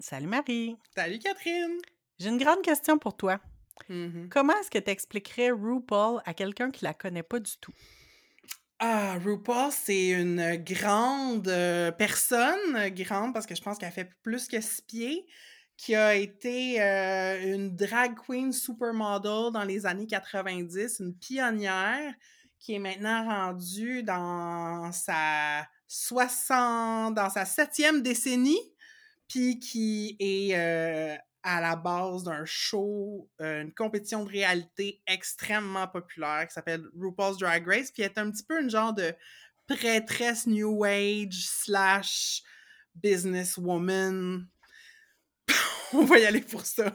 Salut Marie. Salut Catherine! J'ai une grande question pour toi. Mhm. Comment est-ce que tu expliquerais RuPaul à quelqu'un qui la connaît pas du tout? Ah, RuPaul, c'est une grande personne, grande parce que je pense qu'elle fait plus que 6 pieds, qui a été une drag queen supermodel dans les années 90, une pionnière qui est maintenant rendue dans sa 7e décennie, puis qui est à la base d'un show, une compétition de réalité extrêmement populaire qui s'appelle RuPaul's Drag Race, puis elle est un petit peu une genre de prêtresse New Age slash businesswoman. On va y aller pour ça.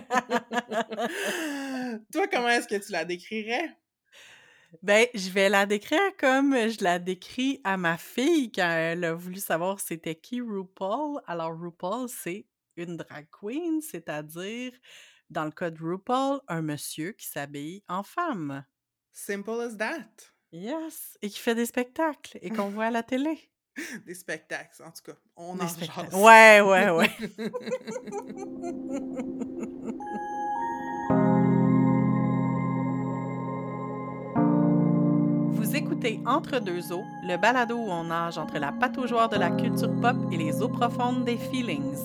Toi, comment est-ce que tu la décrirais? Ben, je vais la décrire comme je la décris à ma fille quand elle a voulu savoir c'était qui RuPaul. Alors, RuPaul, c'est une drag queen, c'est-à-dire, dans le cas de RuPaul, un monsieur qui s'habille en femme. Simple as that. Yes! Et qui fait des spectacles et qu'on voit à la télé. Des spectacles, en tout cas. On Des en spectacles. jase. Ouais, ouais, ouais. Vous écoutez Entre deux eaux, le balado où on nage entre la pataugeoire de la culture pop et les eaux profondes des feelings.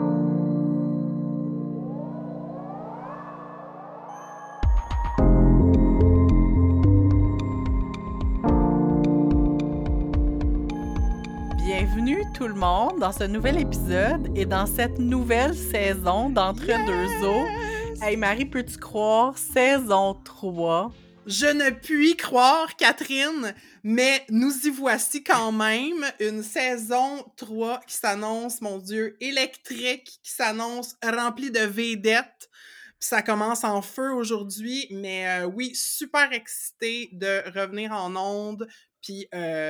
Bienvenue tout le monde dans ce nouvel épisode et dans cette nouvelle saison d'Entre deux eaux. Yes! Hey Marie, peux-tu croire saison 3? Je ne puis croire, Catherine, mais nous y voici quand même. Une saison 3 qui s'annonce, mon Dieu, électrique, qui s'annonce remplie de vedettes. Puis ça commence en feu aujourd'hui, mais oui, super excitée de revenir en ondes, puis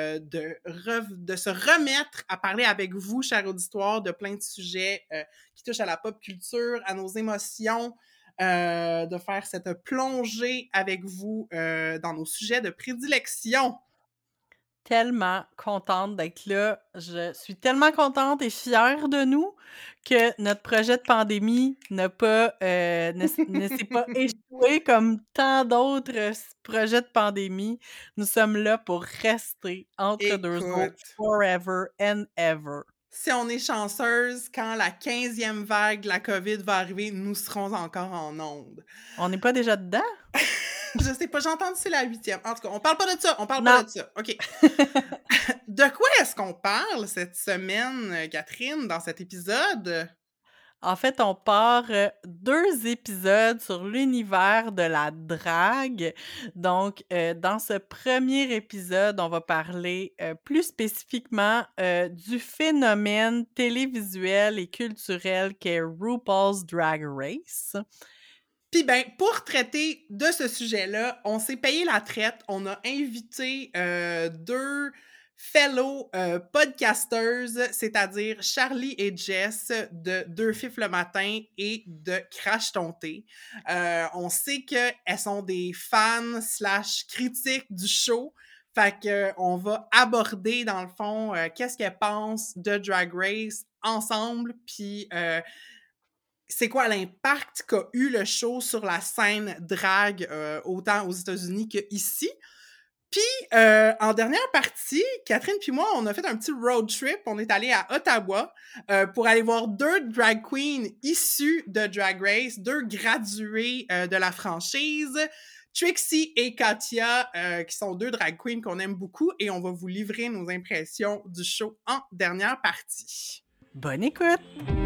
de se remettre à parler avec vous, cher auditoire, de plein de sujets qui touchent à la pop culture, à nos émotions, de faire cette plongée avec vous dans nos sujets de prédilection. Tellement contente d'être là. Je suis tellement contente et fière de nous que notre projet de pandémie ne s'est pas échoué comme tant d'autres projets de pandémie. Nous sommes là pour rester entre deux eaux Écoute, forever and ever. si on est chanceuse, quand la 15e vague de la COVID va arriver, nous serons encore en ondes. On n'est pas déjà dedans? Je sais pas, j'ai entendu c'est la 8e. En tout cas, on parle pas de ça, on parle pas Non. de ça. OK. De quoi est-ce qu'on parle cette semaine, Catherine, dans cet épisode? En fait, on part 2 épisodes sur l'univers de la drague. Donc, dans ce premier épisode, on va parler plus spécifiquement du phénomène télévisuel et culturel qu'est RuPaul's Drag Race. Puis ben, pour traiter de ce sujet-là, on s'est payé la traite. On a invité 2 fellow podcasters, c'est-à-dire Charlie et Jess de Deux Fifs le matin et de Crash ton thé. On sait qu'elles sont des fans slash critiques du show. Fait que on va aborder, dans le fond, qu'est-ce qu'elles pensent de Drag Race ensemble, puis c'est quoi l'impact qu'a eu le show sur la scène drag, autant aux États-Unis qu'ici. Puis, en dernière partie, Catherine puis moi, on a fait un petit road trip. On est allé à Ottawa pour aller voir 2 drag queens issues de Drag Race, 2 graduées de la franchise, Trixie et Katia, qui sont 2 drag queens qu'on aime beaucoup, et on va vous livrer nos impressions du show en dernière partie. Bonne écoute!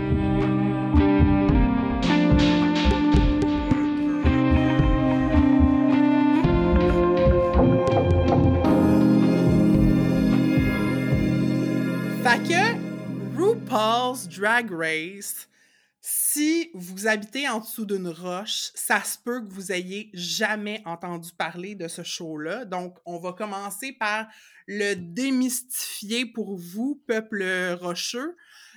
Fait que RuPaul's Drag Race, si vous habitez en dessous d'une roche, ça se peut que vous ayez jamais entendu parler de ce show-là. Donc, on va commencer par le démystifier pour vous, peuple rocheux.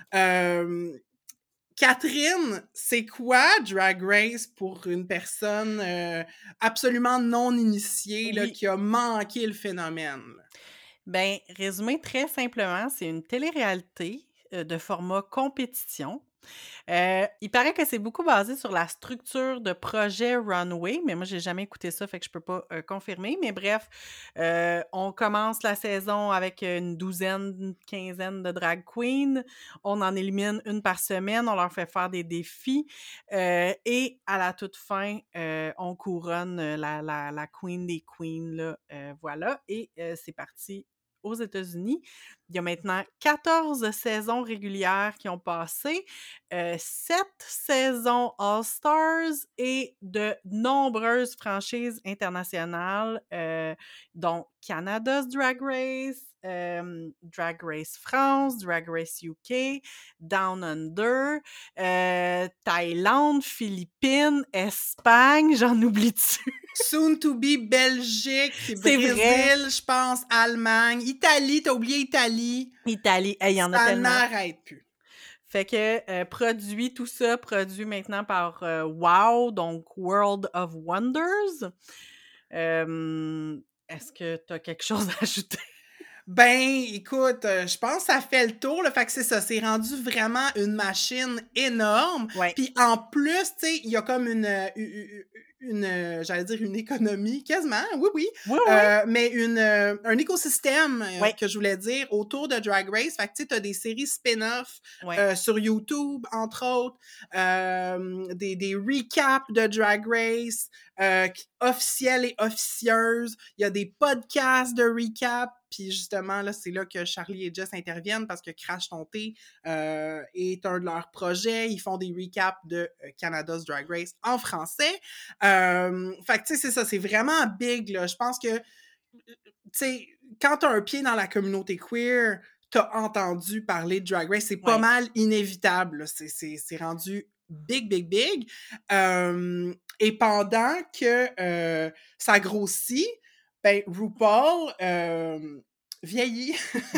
Catherine, c'est quoi Drag Race pour une personne absolument non initiée là, Oui. qui a manqué le phénomène? Ben, résumé très simplement, c'est une télé-réalité de format compétition Il paraît que c'est beaucoup basé sur la structure de projet Runway, mais moi, j'ai jamais écouté ça, fait que je peux pas confirmer. Mais bref, on commence la saison avec une douzaine, une quinzaine de drag queens. On en élimine une par semaine. On leur fait faire des défis. Et à la toute fin, on couronne la queen des queens. Là, voilà. Et c'est parti aux États-Unis. Il y a maintenant 14 saisons régulières qui ont passé. 7 saisons All-Stars et de nombreuses franchises internationales, dont Canada's Drag Race, Drag Race France, Drag Race UK, Down Under, Thaïlande, Philippines, Espagne, j'en oublie-tu? Soon to be Belgique, C'est vrai! Brésil, je pense, Allemagne, Italie, t'as oublié Italie. Italie, il y en a Ça tellement. n'arrête plus. Fait que tout ça produit maintenant par WOW, donc World of Wonders. Est-ce que tu as quelque chose à ajouter? Ben, écoute, je pense que ça fait le tour, le fait que c'est ça, c'est rendu vraiment une machine énorme. Ouais. Puis en plus, tu sais, il y a comme j'allais dire une économie, quasiment, oui, Oui, oui. mais un écosystème, Ouais. que je voulais dire, autour de Drag Race. Fait que tu sais, t'as des séries spin-off Ouais. sur YouTube, entre autres, des recaps de Drag Race, officielles et officieuses. Il y a des podcasts de recap. Puis justement, là, c'est là que Charlie et Jess interviennent parce que Crash Ton Thé est un de leurs projets. Ils font des recaps de Canada's Drag Race en français. Fait que, tu sais, c'est ça, c'est vraiment big, là. Je pense que, tu sais, quand t'as un pied dans la communauté queer, t'as entendu parler de Drag Race. C'est pas mal inévitable, là. C'est rendu big, big, big. Et pendant que ça grossit, ben, RuPaul vieillit.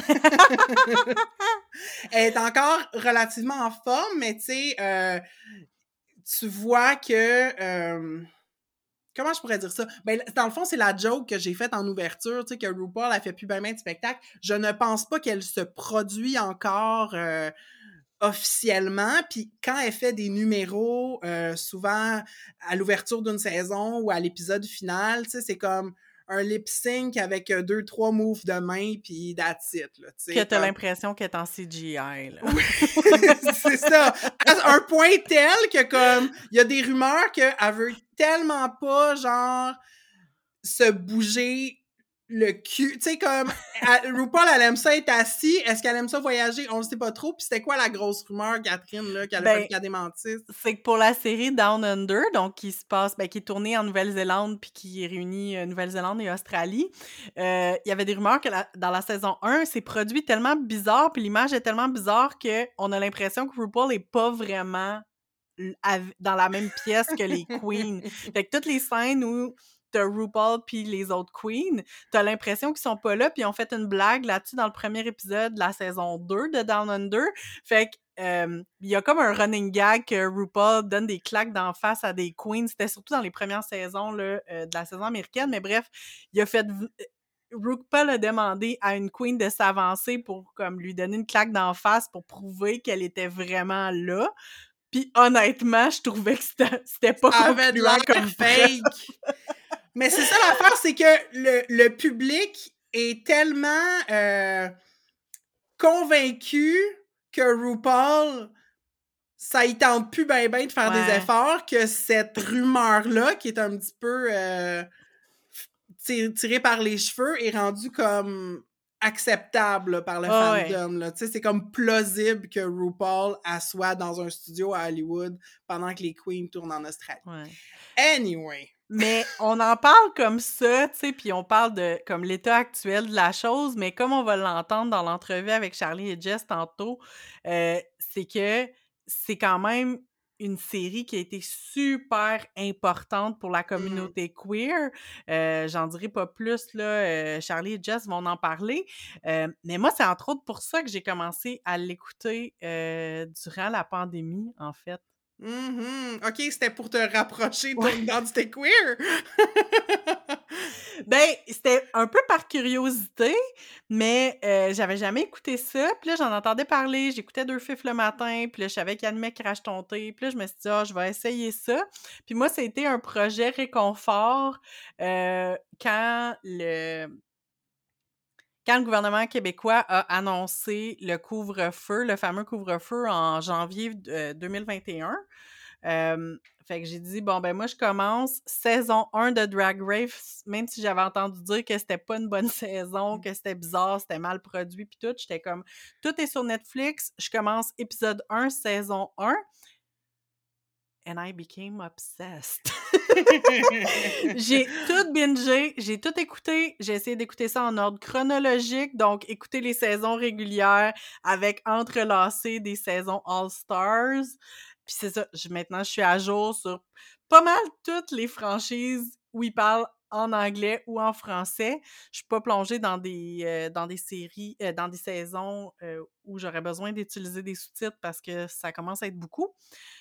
Elle est encore relativement en forme, mais tu sais, tu vois que... comment je pourrais dire ça? Ben, dans le fond, c'est la joke que j'ai faite en ouverture, tu sais, que RuPaul a fait plus ben de spectacles. Je ne pense pas qu'elle se produit encore officiellement. Puis quand elle fait des numéros, souvent à l'ouverture d'une saison ou à l'épisode final, tu sais, c'est comme un lip-sync avec 2-3 moves de main, puis that's it, là, tu sais. Que t'as l'impression qu'elle est en CGI, là. Oui, c'est ça. À un point tel que, comme, il y a des rumeurs qu'elle veut tellement pas, genre, se bouger le cul. Tu sais, comme, RuPaul, elle aime ça être assis. Est-ce qu'elle aime ça voyager? On le sait pas trop. Puis c'était quoi la grosse rumeur, Catherine, là, qu'elle a fait qu'elle démentisse? C'est que pour la série Down Under, donc qui se passe, qui est tournée en Nouvelle-Zélande puis qui réunit Nouvelle-Zélande et Australie, il y avait des rumeurs que dans la saison 1, c'est produit tellement bizarre puis l'image est tellement bizarre qu'on a l'impression que RuPaul est pas vraiment dans la même pièce que les queens. Fait que toutes les scènes où t'as RuPaul puis les autres queens, t'as l'impression qu'ils sont pas là, puis ils ont fait une blague là-dessus dans le premier épisode de la saison 2 de Down Under. Fait que il y a comme un running gag que RuPaul donne des claques d'en face à des queens. C'était surtout dans les premières saisons là, de la saison américaine, mais bref, il a fait... RuPaul a demandé à une queen de s'avancer pour comme lui donner une claque d'en face pour prouver qu'elle était vraiment là. Puis honnêtement, je trouvais que c'était pas concluant comme fake. Mais c'est ça l'affaire, c'est que le public est tellement convaincu que RuPaul, ça y tente plus ben de faire des efforts, que cette rumeur-là, qui est un petit peu tirée par les cheveux, est rendue comme acceptable là, par le fandom. Là. C'est comme plausible que RuPaul soit dans un studio à Hollywood pendant que les queens tournent en Australie. Ouais. Anyway. Mais on en parle comme ça, tu sais, puis on parle de comme l'état actuel de la chose, mais comme on va l'entendre dans l'entrevue avec Charlie et Jess tantôt, c'est que c'est quand même une série qui a été super importante pour la communauté queer. J'en dirai pas plus, là, Charlie et Jess vont en parler. Mais moi, c'est entre autres pour ça que j'ai commencé à l'écouter durant la pandémie, en fait. OK, c'était pour te rapprocher de ton identité queer! Ben, c'était un peu par curiosité, mais j'avais jamais écouté ça. Puis là, j'en entendais parler. J'écoutais Deux Fifs le matin. Puis là, je savais qu'il animait Crash Ton Thé. Puis là, je me suis dit, je vais essayer ça. Puis moi, ça a été un projet réconfort quand le gouvernement québécois a annoncé le couvre-feu, le fameux couvre-feu en janvier 2021. Fait que j'ai dit, bon, ben moi, je commence saison 1 de Drag Race, même si j'avais entendu dire que c'était pas une bonne saison, que c'était bizarre, c'était mal produit, puis tout. J'étais comme, tout est sur Netflix, je commence épisode 1, saison 1. And I became obsessed. J'ai tout bingé, j'ai tout écouté. J'ai essayé d'écouter ça en ordre chronologique, donc écouter les saisons régulières avec entrelacés des saisons All-Stars. Puis c'est ça, maintenant je suis à jour sur pas mal toutes les franchises où ils parlent en anglais ou en français. Je suis pas plongée dans des séries, dans des saisons où j'aurais besoin d'utiliser des sous-titres parce que ça commence à être beaucoup.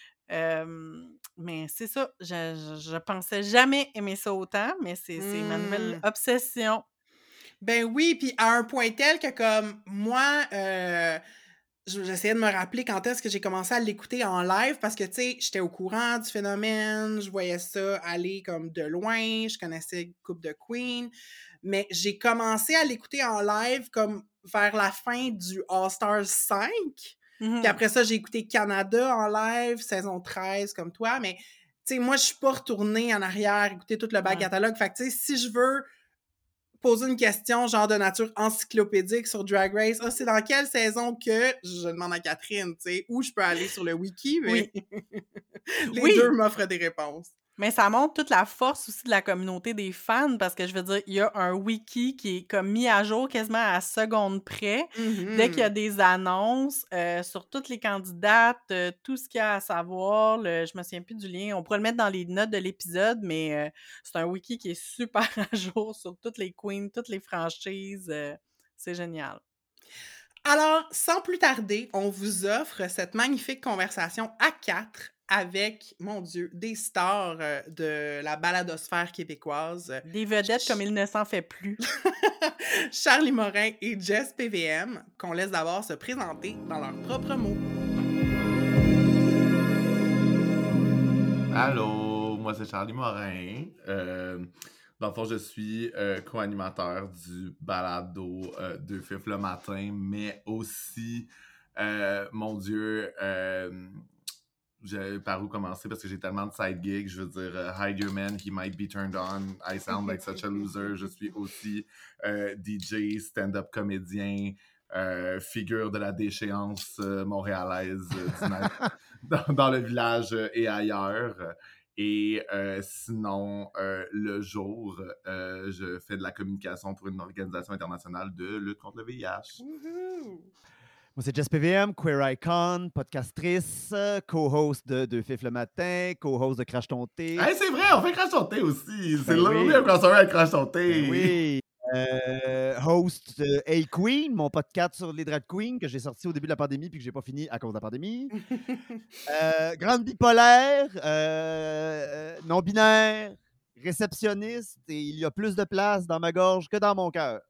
Mais c'est ça, je pensais jamais aimer ça autant, mais c'est ma nouvelle obsession. Ben oui, puis à un point tel que comme moi, j'essayais de me rappeler quand est-ce que j'ai commencé à l'écouter en live parce que, tu sais, j'étais au courant du phénomène, je voyais ça aller comme de loin, je connaissais une couple de Queen, mais j'ai commencé à l'écouter en live comme vers la fin du All-Stars 5. Puis après ça, j'ai écouté Canada en live, saison 13, comme toi, mais tu sais, moi, je suis pas retournée en arrière, écouter tout le back catalogue. Fait que, tu sais, si je veux poser une question genre de nature encyclopédique sur Drag Race, c'est dans quelle saison que je demande à Catherine, tu sais, ou je peux aller sur le wiki, mais les deux m'offrent des réponses. Mais ça montre toute la force aussi de la communauté des fans parce que je veux dire, il y a un wiki qui est comme mis à jour quasiment à la seconde près. Dès qu'il y a des annonces sur toutes les candidates, tout ce qu'il y a à savoir, je me souviens plus du lien, on pourrait le mettre dans les notes de l'épisode, mais c'est un wiki qui est super à jour sur toutes les queens, toutes les franchises. C'est génial. Alors, sans plus tarder, on vous offre cette magnifique conversation à 4 avec, mon Dieu, des stars de la baladosphère québécoise. Des vedettes comme il ne s'en fait plus. Charlie Morin et Jess PVM, qu'on laisse d'abord se présenter dans leurs propres mots. Allô, moi c'est Charlie Morin. Dans le fond, je suis co-animateur du balado Deux Fifs le matin, mais aussi, mon Dieu, par où commencer parce que j'ai tellement de side gigs. Je veux dire, Hide Your Man, He Might Be Turned On, I Sound Like Such a Loser. Je suis aussi DJ, stand-up comédien, figure de la déchéance montréalaise dans le village et ailleurs. Et sinon, le jour, je fais de la communication pour une organisation internationale de lutte contre le VIH. Woohoo! Moi, c'est Jess PVM, Queer Icon, podcastrice, co-host de Deux Fifs le matin, co-host de Crash Ton Thé. Hey, c'est vrai, on fait Crash Ton Thé aussi. C'est là un crossover avec Crash Ton Thé. Oui. Host de Hey Queen, mon podcast sur les drag queens que j'ai sorti au début de la pandémie puis que j'ai pas fini à cause de la pandémie. Grande bipolaire, non-binaire, réceptionniste et il y a plus de place dans ma gorge que dans mon cœur.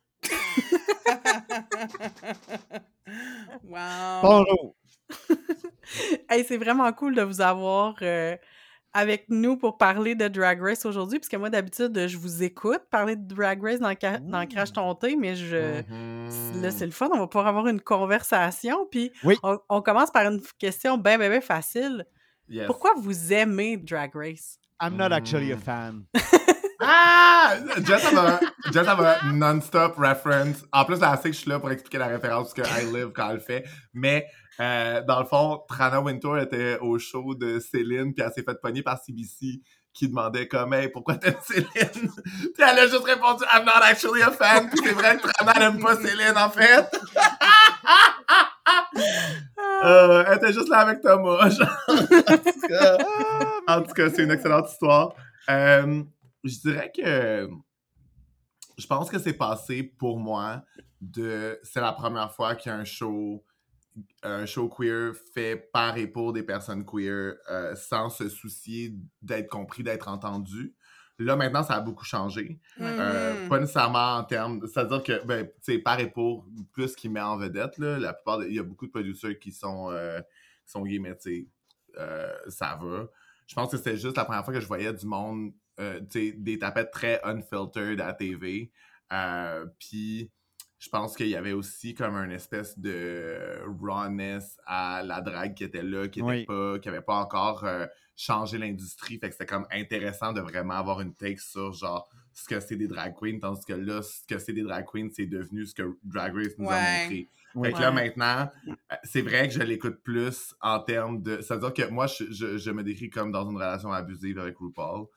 Wow! Bonjour! Hey, c'est vraiment cool de vous avoir avec nous pour parler de Drag Race aujourd'hui, puisque moi, d'habitude, je vous écoute parler de Drag Race dans Crash Ton Thé, mais là, c'est le fun, on va pouvoir avoir une conversation, puis on commence par une question bien facile. Yes. Pourquoi vous aimez Drag Race? I'm not actually a fan. Just have a non-stop reference. En plus, elle sait que je suis là pour expliquer la référence parce que I live quand elle le fait. Mais dans le fond, Trana Wintour était au show de Céline puis elle s'est fait pogner par CBC qui demandait comme « Hey, pourquoi t'aimes Céline? » Puis elle a juste répondu « I'm not actually a fan. » Puis c'est vrai que Trana n'aime pas Céline, en fait. Elle était juste là avec Thomas. En tout cas, c'est une excellente histoire. Je dirais que je pense que c'est passé pour moi c'est la première fois qu'il y a un show queer fait par et pour des personnes queer sans se soucier d'être compris, d'être entendu. Là, maintenant, ça a beaucoup changé. Mhm. Pas nécessairement en termes... C'est-à-dire que, ben, tu sais, par et pour, plus qu'il met en vedette, là, la plupart... Il y a beaucoup de producers qui sont gays, mais tu sais, ça va. Je pense que c'était juste la première fois que je voyais du monde, tu sais, des tapettes très unfiltered à TV. Puis... Je pense qu'il y avait aussi comme une espèce de rawness à la drague qui était là, qui avait pas encore changé l'industrie. Fait que c'était comme intéressant de vraiment avoir une take sur genre ce que c'est des drag queens, tandis que là, ce que c'est des drag queens, c'est devenu ce que Drag Race nous a montré. Fait que là, maintenant, c'est vrai que je l'écoute plus en termes de... C'est-à-dire que moi, je me décris comme dans une relation abusive avec RuPaul.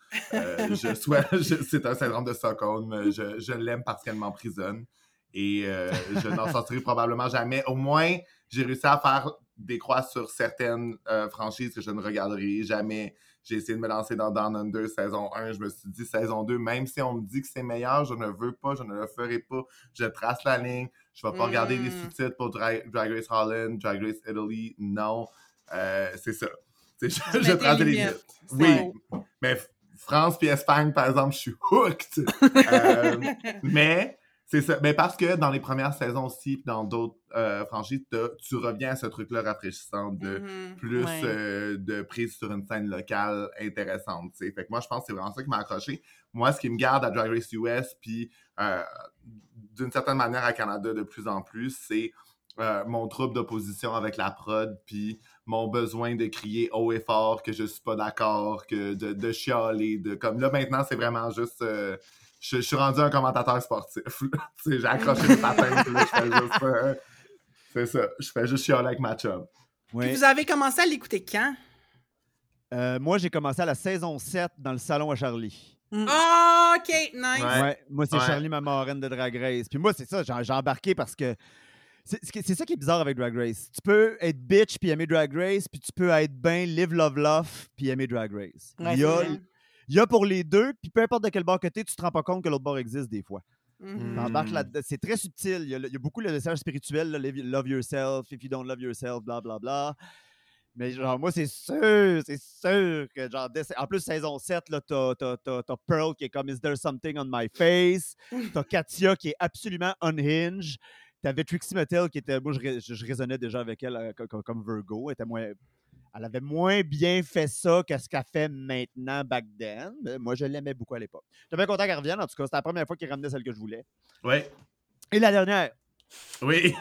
C'est un syndrome de Stockholm. Je l'aime parce qu'elle m'emprisonne. Et je n'en sortirai probablement jamais. Au moins, j'ai réussi à faire des croix sur certaines franchises que je ne regarderai jamais. J'ai essayé de me lancer dans Down Under saison 1. Je me suis dit saison 2, même si on me dit que c'est meilleur, je ne veux pas, je ne le ferai pas. Je trace la ligne. Je ne vais pas regarder les sous-titres pour Drag Race Holland, Drag Race Italy. Non. C'est ça. Je trace les limites. Oui. Mais France puis Espagne, par exemple, je suis hooked. Mais... C'est ça. Mais parce que dans les premières saisons aussi, puis dans d'autres franchises, tu reviens à ce truc-là rafraîchissant de plus de prise sur une scène locale intéressante. T'sais. Fait que moi, je pense que c'est vraiment ça qui m'a accroché. Moi, ce qui me garde à Drag Race US, puis d'une certaine manière à Canada de plus en plus, c'est mon trouble d'opposition avec la prod, puis mon besoin de crier haut et fort que je suis pas d'accord, que de chialer, comme là maintenant, c'est vraiment juste... Je suis rendu un commentateur sportif. J'ai accroché le patin, puis là, je fais juste... c'est ça. Je fais juste chialer avec ma chum. Puis vous avez commencé à l'écouter quand? Moi, j'ai commencé à la saison 7 dans le salon à Charlie. Oh, OK, nice. Ouais. Moi, c'est Charlie, ma marraine de Drag Race. Puis moi, c'est ça, j'ai embarqué parce que c'est ça qui est bizarre avec Drag Race. Tu peux être bitch puis aimer Drag Race, puis tu peux être ben live, love, love, puis aimer Drag Race. Il y a pour les deux, puis peu importe de quel bord que tu te rends pas compte que l'autre bord existe des fois. T'embarques là-dedans. C'est très subtil. Il y a beaucoup le message spirituel, là, love yourself, if you don't love yourself, bla bla bla. Mais genre, moi, c'est sûr que genre, en plus, saison 7, là, t'as Pearl qui est comme Is there something on my face? T'as Katia qui est absolument unhinged. T'avais Trixie Mattel qui était... Moi, je raisonnais déjà avec elle comme Virgo. Elle avait moins bien fait ça que ce qu'elle fait maintenant back then. Mais moi, je l'aimais beaucoup à l'époque. J'étais bien content qu'elle revienne. En tout cas, c'était la première fois qu'il ramenait celle que je voulais. Oui. Et la dernière. Oui.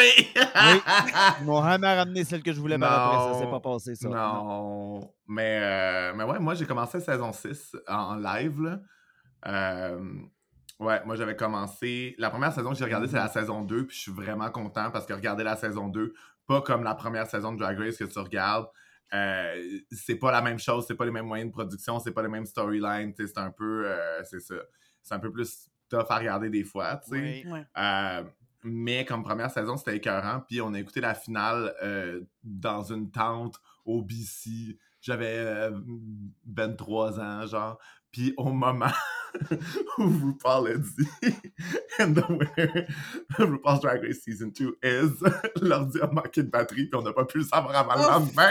Ils m'ont jamais ramené celle que je voulais par après. Ça s'est pas passé, ça. Non. Mais ouais, moi, j'ai commencé saison 6 en live, là. Ouais, moi, j'avais commencé... La première saison que j'ai regardée, c'est la saison 2, puis je suis vraiment content parce que regarder la saison 2, pas comme la première saison de Drag Race que tu regardes, c'est pas la même chose, c'est pas les mêmes moyens de production, c'est pas les mêmes storylines, c'est un peu... c'est ça. C'est un peu plus tough à regarder des fois, tu sais. Mais comme première saison, c'était écœurant, puis on a écouté la finale dans une tente au BC. J'avais 23 ans, genre. Puis au moment où RuPaul a dit and the winner RuPaul's Drag Race Season 2 is, l'ordi a manqué de batterie puis on n'a pas pu le savoir avant le lendemain.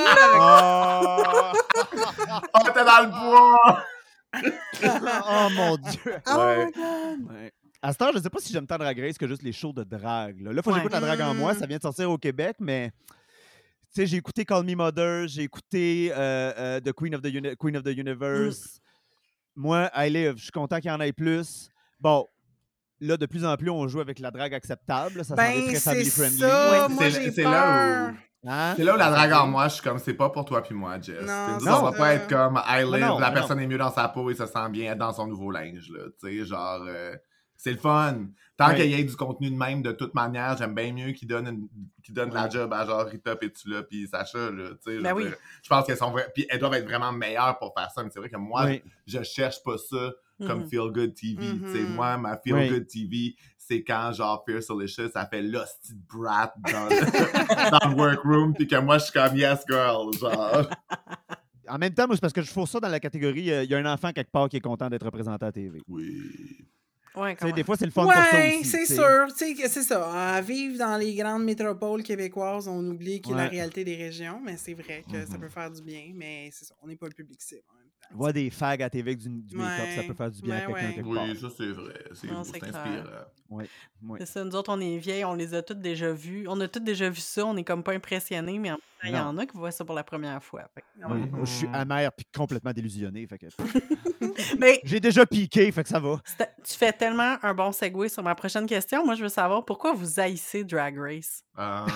On était dans le bois! Oh mon Dieu! Oh my God! Ouais. À ce temps, je ne sais pas si j'aime tant Drag Race que juste les shows de drague. Là, il faut que j'écoute la drague en moi. Ça vient de sortir au Québec, mais... Tu sais, j'ai écouté Call Me Mother, j'ai écouté The Queen of the Universe. Moi, I live. Je suis content qu'il y en ait plus. Bon, là, de plus en plus, on joue avec la drague acceptable. Ça s'en est très family-friendly. Ça, moi, j'ai peur. C'est là où la drague en moi, je suis comme, c'est pas pour toi puis moi, Jess. Non, on va pas être comme, I live, la personne non. est mieux dans sa peau et se sent bien dans son nouveau linge, là. Tu sais, genre... c'est le fun. Tant qu'il y ait du contenu de même, de toute manière, j'aime bien mieux qu'ils donnent la job à genre Rita Petula puis Sacha. Là, je pense qu'elles sont puis elles doivent être vraiment meilleures pour faire ça. Mais c'est vrai que moi, je cherche pas ça comme Feel Good TV. Moi, ma Feel Good TV, c'est quand genre Fierce Delicious, ça fait l'hostie de brat dans le workroom puis que moi, je suis comme Yes Girl. Genre. En même temps, moi, c'est parce que je fous ça dans la catégorie il y a un enfant quelque part qui est content d'être représenté à la TV. Oui. Ouais, des fois, c'est le fun pour ça aussi. C'est sûr. C'est ça. À vivre dans les grandes métropoles québécoises, on oublie qu'il y a la réalité des régions, mais c'est vrai que ça peut faire du bien, mais c'est ça. On n'est pas le public cible en même temps. Voir des fags à la TV avec du make-up, ça peut faire du bien à quelqu'un quelque part. Oui, ça c'est vrai. C'est Non, beau, c'est c'est clair. inspirant. Oui. C'est ça, nous autres, on est vieilles, on les a toutes déjà vues. On a toutes déjà vu ça, on est comme pas impressionnés, mais en même temps, il y Non. en a qui voient ça pour la première fois. Fait que, Oui, moi, je suis Mhm. amer puis complètement délusionné. Fait que... Mais J'ai déjà piqué, fait que ça va. tu fais tellement un bon segue sur ma prochaine question. Moi, je veux savoir pourquoi vous haïssez Drag Race.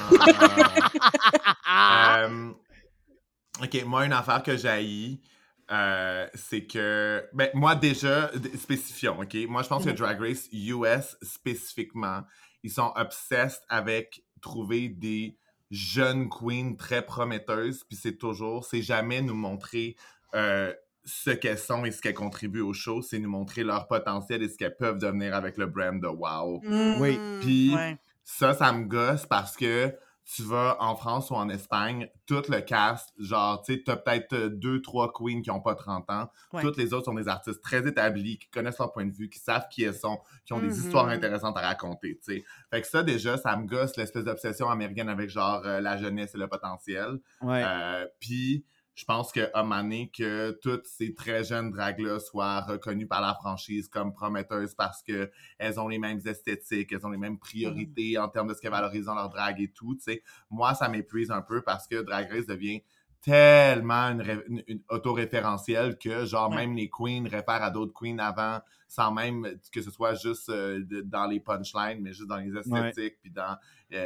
OK, moi, une affaire que j'haïs, c'est que... Ben, moi, déjà, spécifions, OK? Moi, je pense que Drag Race US, spécifiquement, ils sont obsessed avec trouver des jeunes queens très prometteuses, puis c'est jamais nous montrer ce qu'elles sont et ce qu'elles contribuent au show, c'est nous montrer leur potentiel et ce qu'elles peuvent devenir avec le brand de WOW. Oui. Puis Ouais. ça me gosse parce que tu vas en France ou en Espagne, tout le cast, genre, tu sais, t'as peut-être 2-3 queens qui ont pas 30 ans. Ouais. Toutes les autres sont des artistes très établis, qui connaissent leur point de vue, qui savent qui elles sont, qui ont des histoires intéressantes à raconter, tu sais. Fait que ça, déjà, ça me gosse l'espèce d'obsession américaine avec, genre, la jeunesse et le potentiel. Ouais. Puis, je pense qu'à un moment donné, que toutes ces très jeunes dragues-là soient reconnues par la franchise comme prometteuses parce qu'elles ont les mêmes esthétiques, elles ont les mêmes priorités en termes de ce qu'elles valorisent dans leur drague et tout, tu sais. Moi, ça m'épuise un peu parce que Drag Race devient tellement une autoréférentielle que, genre, même les queens réfèrent à d'autres queens avant, sans même que ce soit juste dans les punchlines, mais juste dans les esthétiques, puis dans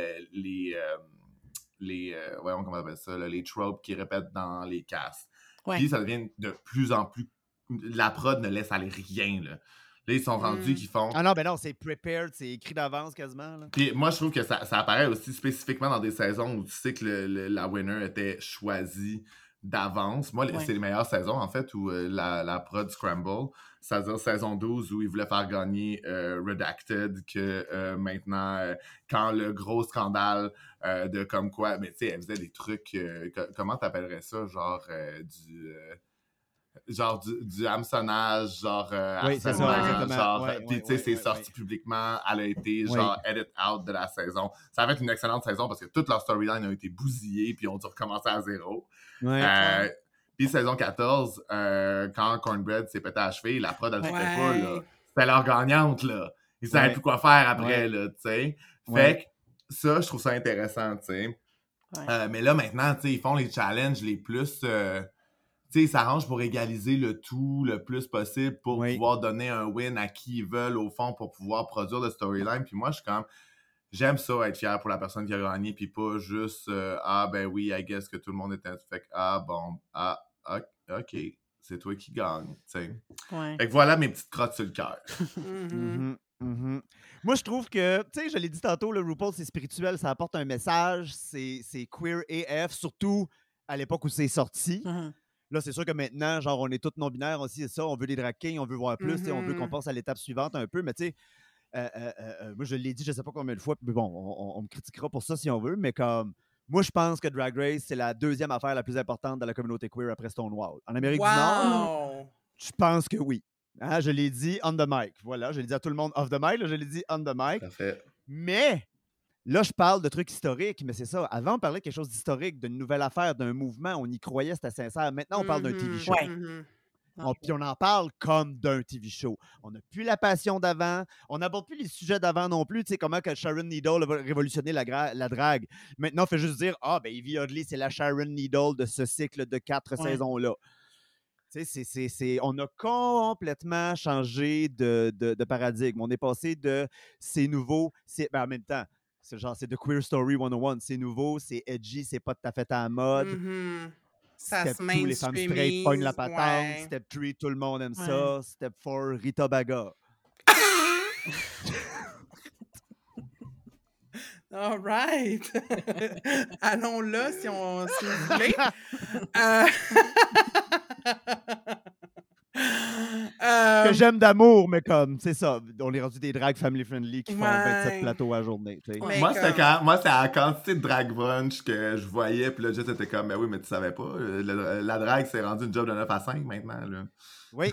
voyons comment on appelle ça, là, les tropes qu'ils répètent dans les casts. Ouais. Puis ça devient de plus en plus... La prod ne laisse aller rien, là. Là, ils sont rendus qu'ils font... Ah non, ben non, c'est prepared, c'est écrit d'avance quasiment. Là. Puis moi, je trouve que ça apparaît aussi spécifiquement dans des saisons où tu sais que la winner était choisie d'avance. Moi, c'est les meilleures saisons, en fait, où la prod scramble. C'est-à-dire saison 12 où ils voulaient faire gagner Redacted, que maintenant, quand le gros scandale de comme quoi, mais tu sais, elle faisait des trucs, comment t'appellerais ça, genre du hameçonnage, genre Oui, c'est ça, harcèlement, exactement. genre, Ouais, puis ouais, tu sais, ouais, c'est ouais, sorti ouais. publiquement, elle a été Ouais. genre edit out de la saison. Ça va être une excellente saison parce que toute leur storyline a été bousillée puis ont dû recommencer à zéro. Ouais. Puis saison 14, quand Cornbread s'est pété à cheville, la prod, elle ne Ouais. pas, là. C'était leur gagnante, là. Ils savaient plus quoi faire après, là, tu sais. Fait que ça, je trouve ça intéressant, tu sais. Ouais. Mais là, maintenant, tu sais, ils font les challenges les plus... tu sais, ils s'arrangent pour égaliser le tout le plus possible pour pouvoir donner un win à qui ils veulent, au fond, pour pouvoir produire le storyline. Puis moi, je suis comme... J'aime ça, être fier pour la personne qui a gagné, puis pas juste ah, ben oui, I guess que tout le monde était... Fait que, ah, bon, ah, OK, c'est toi qui gagne, tu sais. Ouais. Fait que voilà mes petites crottes sur le cœur. Moi, je trouve que, tu sais, je l'ai dit tantôt, le RuPaul, c'est spirituel, ça apporte un message, c'est queer AF, surtout à l'époque où c'est sorti. Là, c'est sûr que maintenant, genre, on est tous non-binaires aussi, c'est ça, on veut des drag kings, on veut voir plus, on veut qu'on passe à l'étape suivante un peu, mais tu sais, moi, je l'ai dit, je sais pas combien de fois, mais bon, on me critiquera pour ça si on veut, mais comme, moi, je pense que Drag Race, c'est la deuxième affaire la plus importante dans la communauté queer après Stonewall. En Amérique du Nord, je pense que oui. Hein, je l'ai dit on the mic. Voilà, je l'ai dit à tout le monde off the mic, là, je l'ai dit on the mic. Parfait. Mais là, je parle de trucs historiques, mais c'est ça. Avant, on parlait de quelque chose d'historique, d'une nouvelle affaire, d'un mouvement. On y croyait, c'était sincère. Maintenant, on parle d'un TV show. Puis on en parle comme d'un TV show. On n'a plus la passion d'avant. On n'aborde plus les sujets d'avant non plus. Tu sais, comment que Sharon Needle a révolutionné la drague. Maintenant, on fait juste dire, ah, ben Yvie Oddly, c'est la Sharon Needle de ce cycle de 4 saisons-là. Tu sais, on a complètement changé de paradigme. On est passé de c'est nouveau, en même temps, c'est The Queer Story 101. C'est nouveau, c'est edgy, c'est pas tout à fait à la mode. Ça Step se 2, les femmes straight pognent la patente. Ouais. Step 3, tout le monde aime ça. Step 4, Rita Baga. All right. Allons là si vous voulez. Que j'aime d'amour, mais comme, c'est ça, on est rendu des drags family friendly qui font 27 plateaux à la journée. Moi, c'était à la quantité de drag brunch que je voyais, puis là, juste était comme, ben oui, mais tu savais pas, la drague, c'est rendu une job de 9 à 5 maintenant, là. Oui.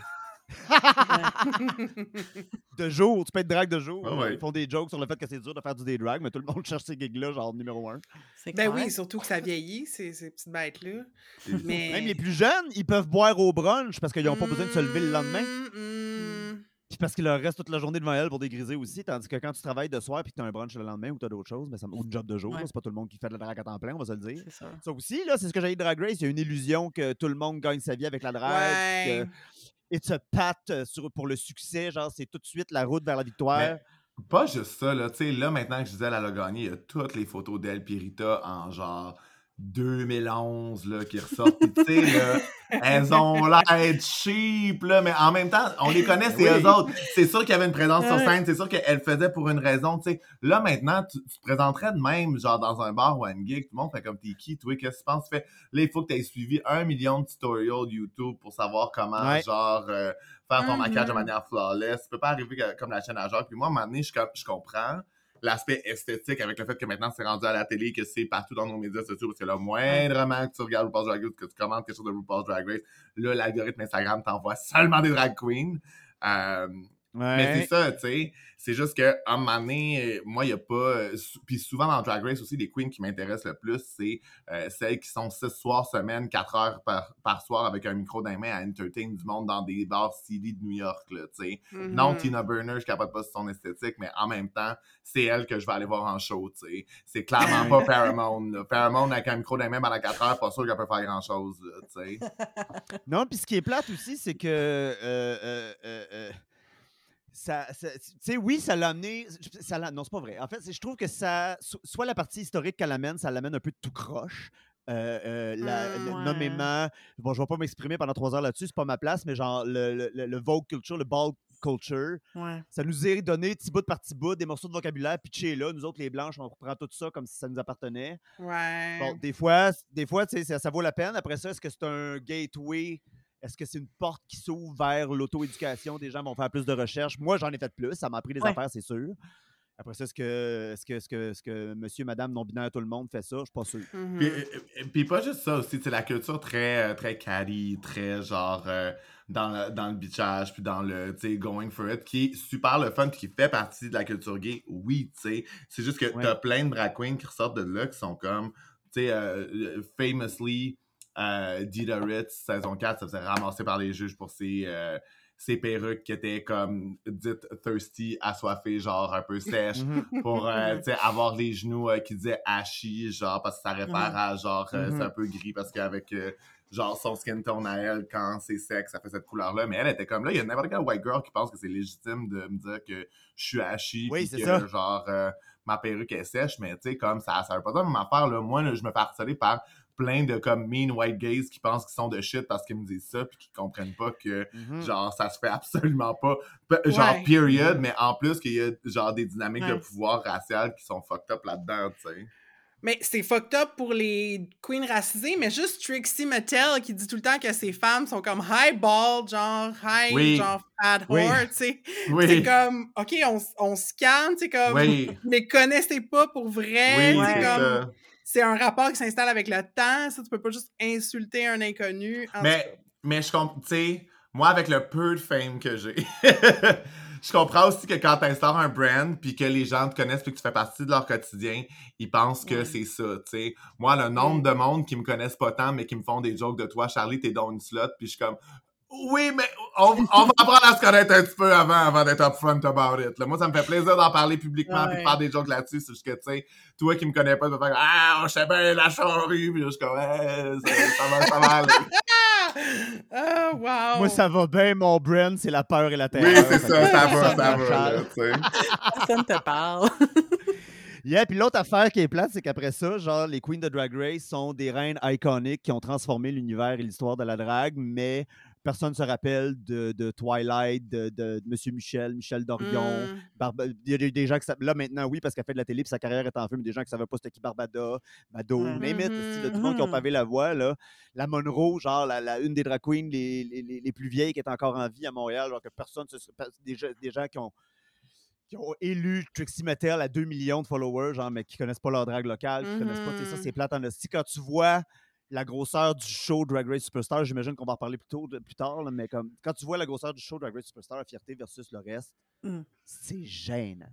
De jour, tu peux être drag de jour. Ah ouais. Ils font des jokes sur le fait que c'est dur de faire du day drag, mais tout le monde cherche ces gigs-là, genre numéro 1. C'est Ben clair. oui, surtout que ça vieillit, ces petites bêtes-là. C'est ça. Mais... Même les plus jeunes, ils peuvent boire au brunch parce qu'ils n'ont pas besoin de se lever le lendemain. Puis parce qu'il leur reste toute la journée devant elle pour dégriser aussi. Tandis que quand tu travailles de soir puis que tu as un brunch le lendemain ou tu as d'autres choses, ou une job de jour, Ouais. là, c'est pas tout le monde qui fait de la drague à temps plein, on va se le dire. C'est sûr. Ça aussi, là, c'est ce que j'ai dit de Drag Race. Il y a une illusion que tout le monde gagne sa vie avec la drague. Ouais. Que it's a path pour le succès. Genre, c'est tout de suite la route vers la victoire. Mais pas juste ça, là. Tu sais, là, maintenant que Gisèle, elle a gagné, il y a toutes les photos d'elle et Rita en genre 2011, là, qui ressortent. Puis, tu sais, là, elles ont l'air cheap, là, mais en même temps, on les connaît, c'est Oui. eux autres. C'est sûr qu'il y avait une présence sur Ouais. scène, c'est sûr qu'elle faisait pour une raison, tu sais. Là, maintenant, tu te présenterais de même, genre, dans un bar ou à une gig, tout le monde fait comme t'es qui, toi, qu'est-ce que tu penses? Tu fais, là, il faut que tu aies suivi 1 million de tutorials YouTube pour savoir comment, Ouais. genre, faire ton maquillage de Mhm. manière flawless. Tu peux pas arriver comme la chaîne à Jacques. Puis moi, à un moment donné, je comprends l'aspect esthétique avec le fait que maintenant c'est rendu à la télé, que c'est partout dans nos médias sociaux, parce que là, moindrement que tu regardes RuPaul's Drag Race, que tu commentes quelque chose de RuPaul's Drag Race, là, l'algorithme Instagram t'envoie seulement des drag queens. Mais c'est ça, tu sais. C'est juste qu'à un moment donné, moi, il n'y a pas... Puis souvent dans Drag Race aussi, les queens qui m'intéressent le plus, c'est celles qui sont 6 soirs semaine, 4 heures par soir avec un micro dans les mains à entertain du monde dans des bars CD de New York, là, tu sais. Mhm. Non, Tina Burner, je capote pas sur son esthétique, mais en même temps, c'est elle que je vais aller voir en show, tu sais. C'est clairement pas Paramount, là. Paramount avec un micro dans les mains pendant 4 heures, pas sûr qu'elle peut faire grand-chose, là, tu sais. Non, puis ce qui est plate aussi, c'est que tu sais, oui, ça l'a amené. Non, c'est pas vrai. En fait, je trouve que ça. Soit la partie historique qu'elle amène, ça l'amène un peu tout croche. Ouais. Nommément. Bon, je vais pas m'exprimer pendant 3 heures là-dessus, c'est pas ma place, mais genre le Vogue culture, le ball culture, Ouais. ça nous est donné petit bout par petit bout, des morceaux de vocabulaire pitchés là. Nous autres, les Blanches, on reprend tout ça comme si ça nous appartenait. Ouais. Bon, des fois tu sais, ça vaut la peine. Après ça, est-ce que c'est un gateway? Est-ce que c'est une porte qui s'ouvre vers l'auto-éducation? Des gens vont faire plus de recherches. Moi, j'en ai fait plus. Ça m'a appris des Ouais. affaires, c'est sûr. Après ça, est-ce que monsieur, madame, non-binaire, tout le monde fait ça? Je suis pas sûr. Mhm. Puis pas juste ça aussi, c'est la culture très, très catty, très genre dans le bitchage, puis dans le, tu sais, going for it, qui est super le fun, puis qui fait partie de la culture gay, oui, tu sais. C'est juste que Ouais. t'as plein de drag queens qui ressortent de là, qui sont comme, tu sais, famously, Dita Ritz, saison 4, ça faisait ramasser par les juges pour ses perruques qui étaient comme dites thirsty, assoiffées, genre un peu sèches, pour tu sais, avoir les genoux qui disaient ashy, genre parce que ça réfère à genre c'est un peu gris parce qu'avec genre son skin tone à elle, quand c'est sec, ça fait cette couleur-là. Mais elle était comme là, il y a n'importe quel white girl qui pense que c'est légitime de me dire que je suis ashy, Oui, puis c'est que ça. genre ma perruque est sèche, mais tu sais, comme ça veut pas dire la même affaire, là. Moi, là, je me fais harceler par plein de comme mean white gays qui pensent qu'ils sont de shit parce qu'ils me disent ça puis qui comprennent pas que genre ça se fait absolument pas genre Ouais. period, mais en plus qu'il y a genre des dynamiques de Ouais. pouvoir racial qui sont fucked up là-dedans, tu sais. Mais c'est fucked up pour les queens racisées, mais juste Trixie Mattel qui dit tout le temps que ces femmes sont comme highball, genre high, Oui. genre fat Oui. whore, tu sais. Oui. C'est comme, OK, on se calme, tu sais, comme, Oui. vous les connaissez pas pour vrai, Oui, tu sais, Ouais. c'est comme, ça. c'est un rapport qui s'installe avec le temps, ça, tu peux pas juste insulter un inconnu, en tout cas. Mais je comprends, tu sais, moi, avec le peu de fame que j'ai, je comprends aussi que quand tu instaures un brand puis que les gens te connaissent puis que tu fais partie de leur quotidien, ils pensent que Ouais. c'est ça, tu sais. Moi, le nombre de monde qui me connaissent pas tant, mais qui me font des jokes de toi, Charlie, t'es dans une slot, puis je suis comme... Oui, mais on va apprendre à se connaître un petit peu avant d'être upfront about it. Là. Moi, ça me fait plaisir d'en parler publiquement puis de faire des jokes là-dessus. C'est juste que, tu sais, toi qui me connais pas, tu vas faire « Ah, je sais bien la charrue! » Puis je suis comme ça va aller. Oh, wow! Moi, ça va bien, mon brand, c'est la peur et la terreur. Oui, c'est Fait ça, que ça va, Charles. là, tu sais. Personne te parle. Yeah, puis l'autre affaire qui est plate, c'est qu'après ça, genre, les Queens de Drag Race sont des reines iconiques qui ont transformé l'univers et l'histoire de la drague, mais personne ne se rappelle de Twilight, de M. Michel Dorion. Il y a des gens qui savent. Là, maintenant, oui, parce qu'elle fait de la télé puis sa carrière est en feu, mais des gens qui ne savaient pas c'était qui Barbada, Mado, Ouais. name it, tout le monde qui ont pavé la voie. Là. La Monroe, genre, une des drag queens les plus vieilles qui est encore en vie à Montréal, genre que personne, des gens qui ont élu Trixie Mattel à 2 millions de followers, genre, mais qui connaissent pas leur drague locale, qui connaissent pas. Ça, c'est plate en hostie. Quand tu vois la grosseur du show Drag Race Superstar, j'imagine qu'on va en parler plus tard, là, mais comme quand tu vois la grosseur du show Drag Race Superstar, la fierté versus le reste, c'est gênant.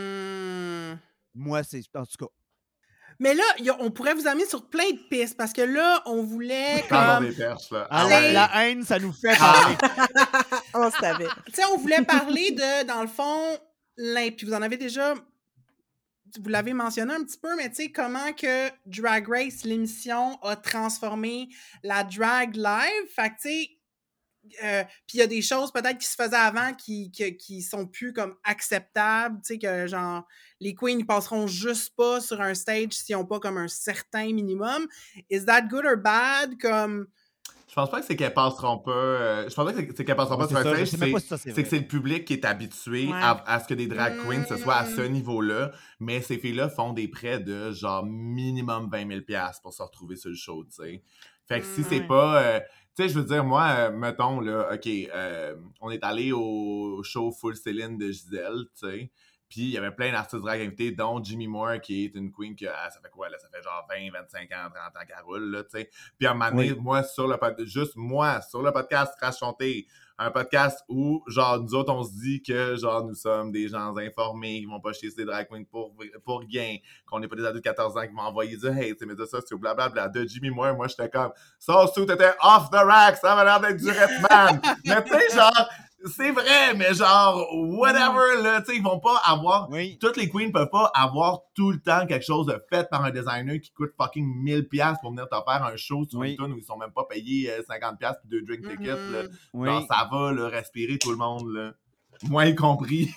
Moi, c'est en tout cas. Mais là, on pourrait vous amener sur plein de pistes parce que là, on voulait Dans comme... des perches, là. Ah ouais, la haine, ça nous fait parler. On savait. Tu sais, on voulait parler de, dans le fond, puis vous en avez déjà... Vous l'avez mentionné un petit peu, mais tu sais, comment que Drag Race, l'émission, a transformé la drag live. Fait que tu sais... puis il y a des choses peut-être qui se faisaient avant qui sont plus comme acceptables, tu sais, que genre les queens ils passeront juste pas sur un stage s'ils n'ont pas comme un certain minimum. Is that good or bad? Comme... Je pense pas que c'est qu'elles passeront pas. Je pense pas que c'est qu'elles passeront pas sur un stage. C'est que c'est le public qui est habitué à ce que des drag queens ce soit à ce niveau-là. Mais ces filles-là font des prêts de genre minimum 20 000 $ pour se retrouver sur le show, tu sais. Fait que si c'est pas. Tu sais, je veux dire, moi, mettons, là, OK, on est allé au show Full Céline de Gisèle, tu sais. Puis il y avait plein d'artistes drag invités, dont Jimmy Moore, qui est une queen que ça fait quoi, là? Ça fait genre 20, 25 ans, 30 ans qu'elle roule, là, tu sais. Puis à un moment donné, moi, sur le podcast Crash Chanté, un podcast où, genre, nous autres, on se dit que, genre, nous sommes des gens informés qui vont pas chier ces drag queens pour rien, qu'on n'est pas des ados de 14 ans qui vont envoyer du hate, ces médias sociaux, blablabla. De Jimmy Moore, moi, j'étais comme, ça, t'étais off the rack, ça avait l'air d'être du Redman. Mais tu sais, genre, c'est vrai, mais genre, whatever, là, tu sais, ils vont pas avoir... Toutes les queens peuvent pas avoir tout le temps quelque chose de fait par un designer qui coûte fucking 1000 $ pour venir te faire un show sur une tune où ils sont même pas payés 50 $ puis 2 drink tickets, là. Genre, ça va, là, respirer tout le monde, là. Moi y compris.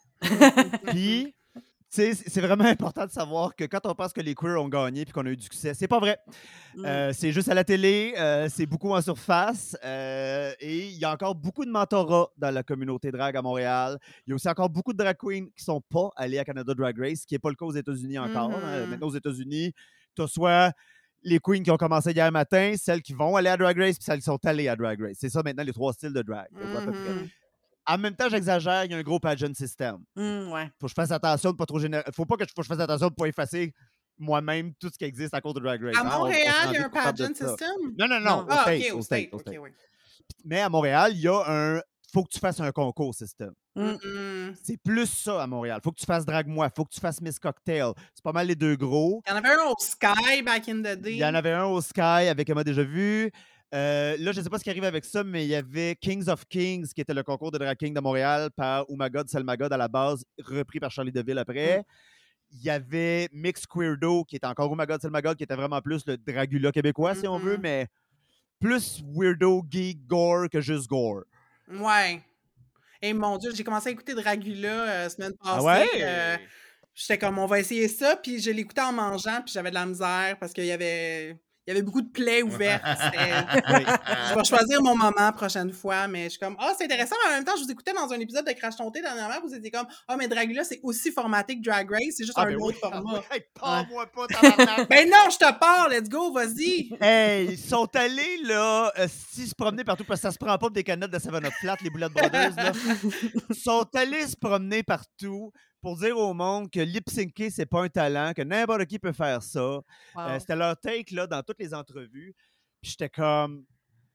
Puis... c'est vraiment important de savoir que quand on pense que les queers ont gagné puis qu'on a eu du succès, c'est pas vrai. C'est juste à la télé, c'est beaucoup en surface et il y a encore beaucoup de mentorat dans la communauté drag à Montréal. Il y a aussi encore beaucoup de drag queens qui sont pas allées à Canada Drag Race, ce qui n'est pas le cas aux États-Unis encore. Maintenant, aux États-Unis, tu as soit les queens qui ont commencé hier matin, celles qui vont aller à Drag Race puis celles qui sont allées à Drag Race. C'est ça maintenant les 3 styles de drag, à peu près. En même temps, j'exagère, il y a un gros pageant system. Faut que je fasse attention de pas trop faut pas que je fasse attention de pas effacer moi-même tout ce qui existe à cause de Drag Race. À Montréal, il y a un pageant system? Non. Au States. Mais à Montréal, il y a un... Faut que tu fasses un concours system. C'est plus ça à Montréal. Faut que tu fasses Drag-moi. Faut que tu fasses Miss Cocktail. C'est pas mal les deux gros. Il y en avait un au Sky back in the day. Il y en avait un au Sky avec Emma Déjà Vu. Là, je ne sais pas ce qui arrive avec ça, mais il y avait Kings of Kings, qui était le concours de Drag King de Montréal par Oh My God, Selma God à la base, repris par Charlie Deville après. Il y avait Mix Queerdo, qui était encore Oh My God, Selma God, qui était vraiment plus le Dragula québécois, si on veut, mais plus weirdo, geek, gore que juste gore. Ouais. Et mon Dieu, j'ai commencé à écouter Dragula la semaine passée. Ah ouais? J'étais comme, on va essayer ça, puis je l'écoutais en mangeant, puis j'avais de la misère parce qu'il y avait beaucoup de plaies ouvertes. Je vais choisir mon moment prochaine fois, mais je suis comme, c'est intéressant. Mais en même temps, je vous écoutais dans un épisode de Crash Tonté dernièrement, vous étiez comme, mais Dragula, c'est aussi formaté que Drag Race, c'est juste un autre format. Parle-moi pas, tabarnak! Ben non, je te parle, let's go, vas-y! Hey, ils sont allés, là, se promener partout, parce que ça se prend pas pour des canettes de 7-Up Flat, les Boulettes Brothers, là. Ils sont allés se promener partout pour dire au monde que lip-syncer, c'est pas un talent, que n'importe qui peut faire ça. C'était leur take là, dans toutes les entrevues. Puis j'étais comme...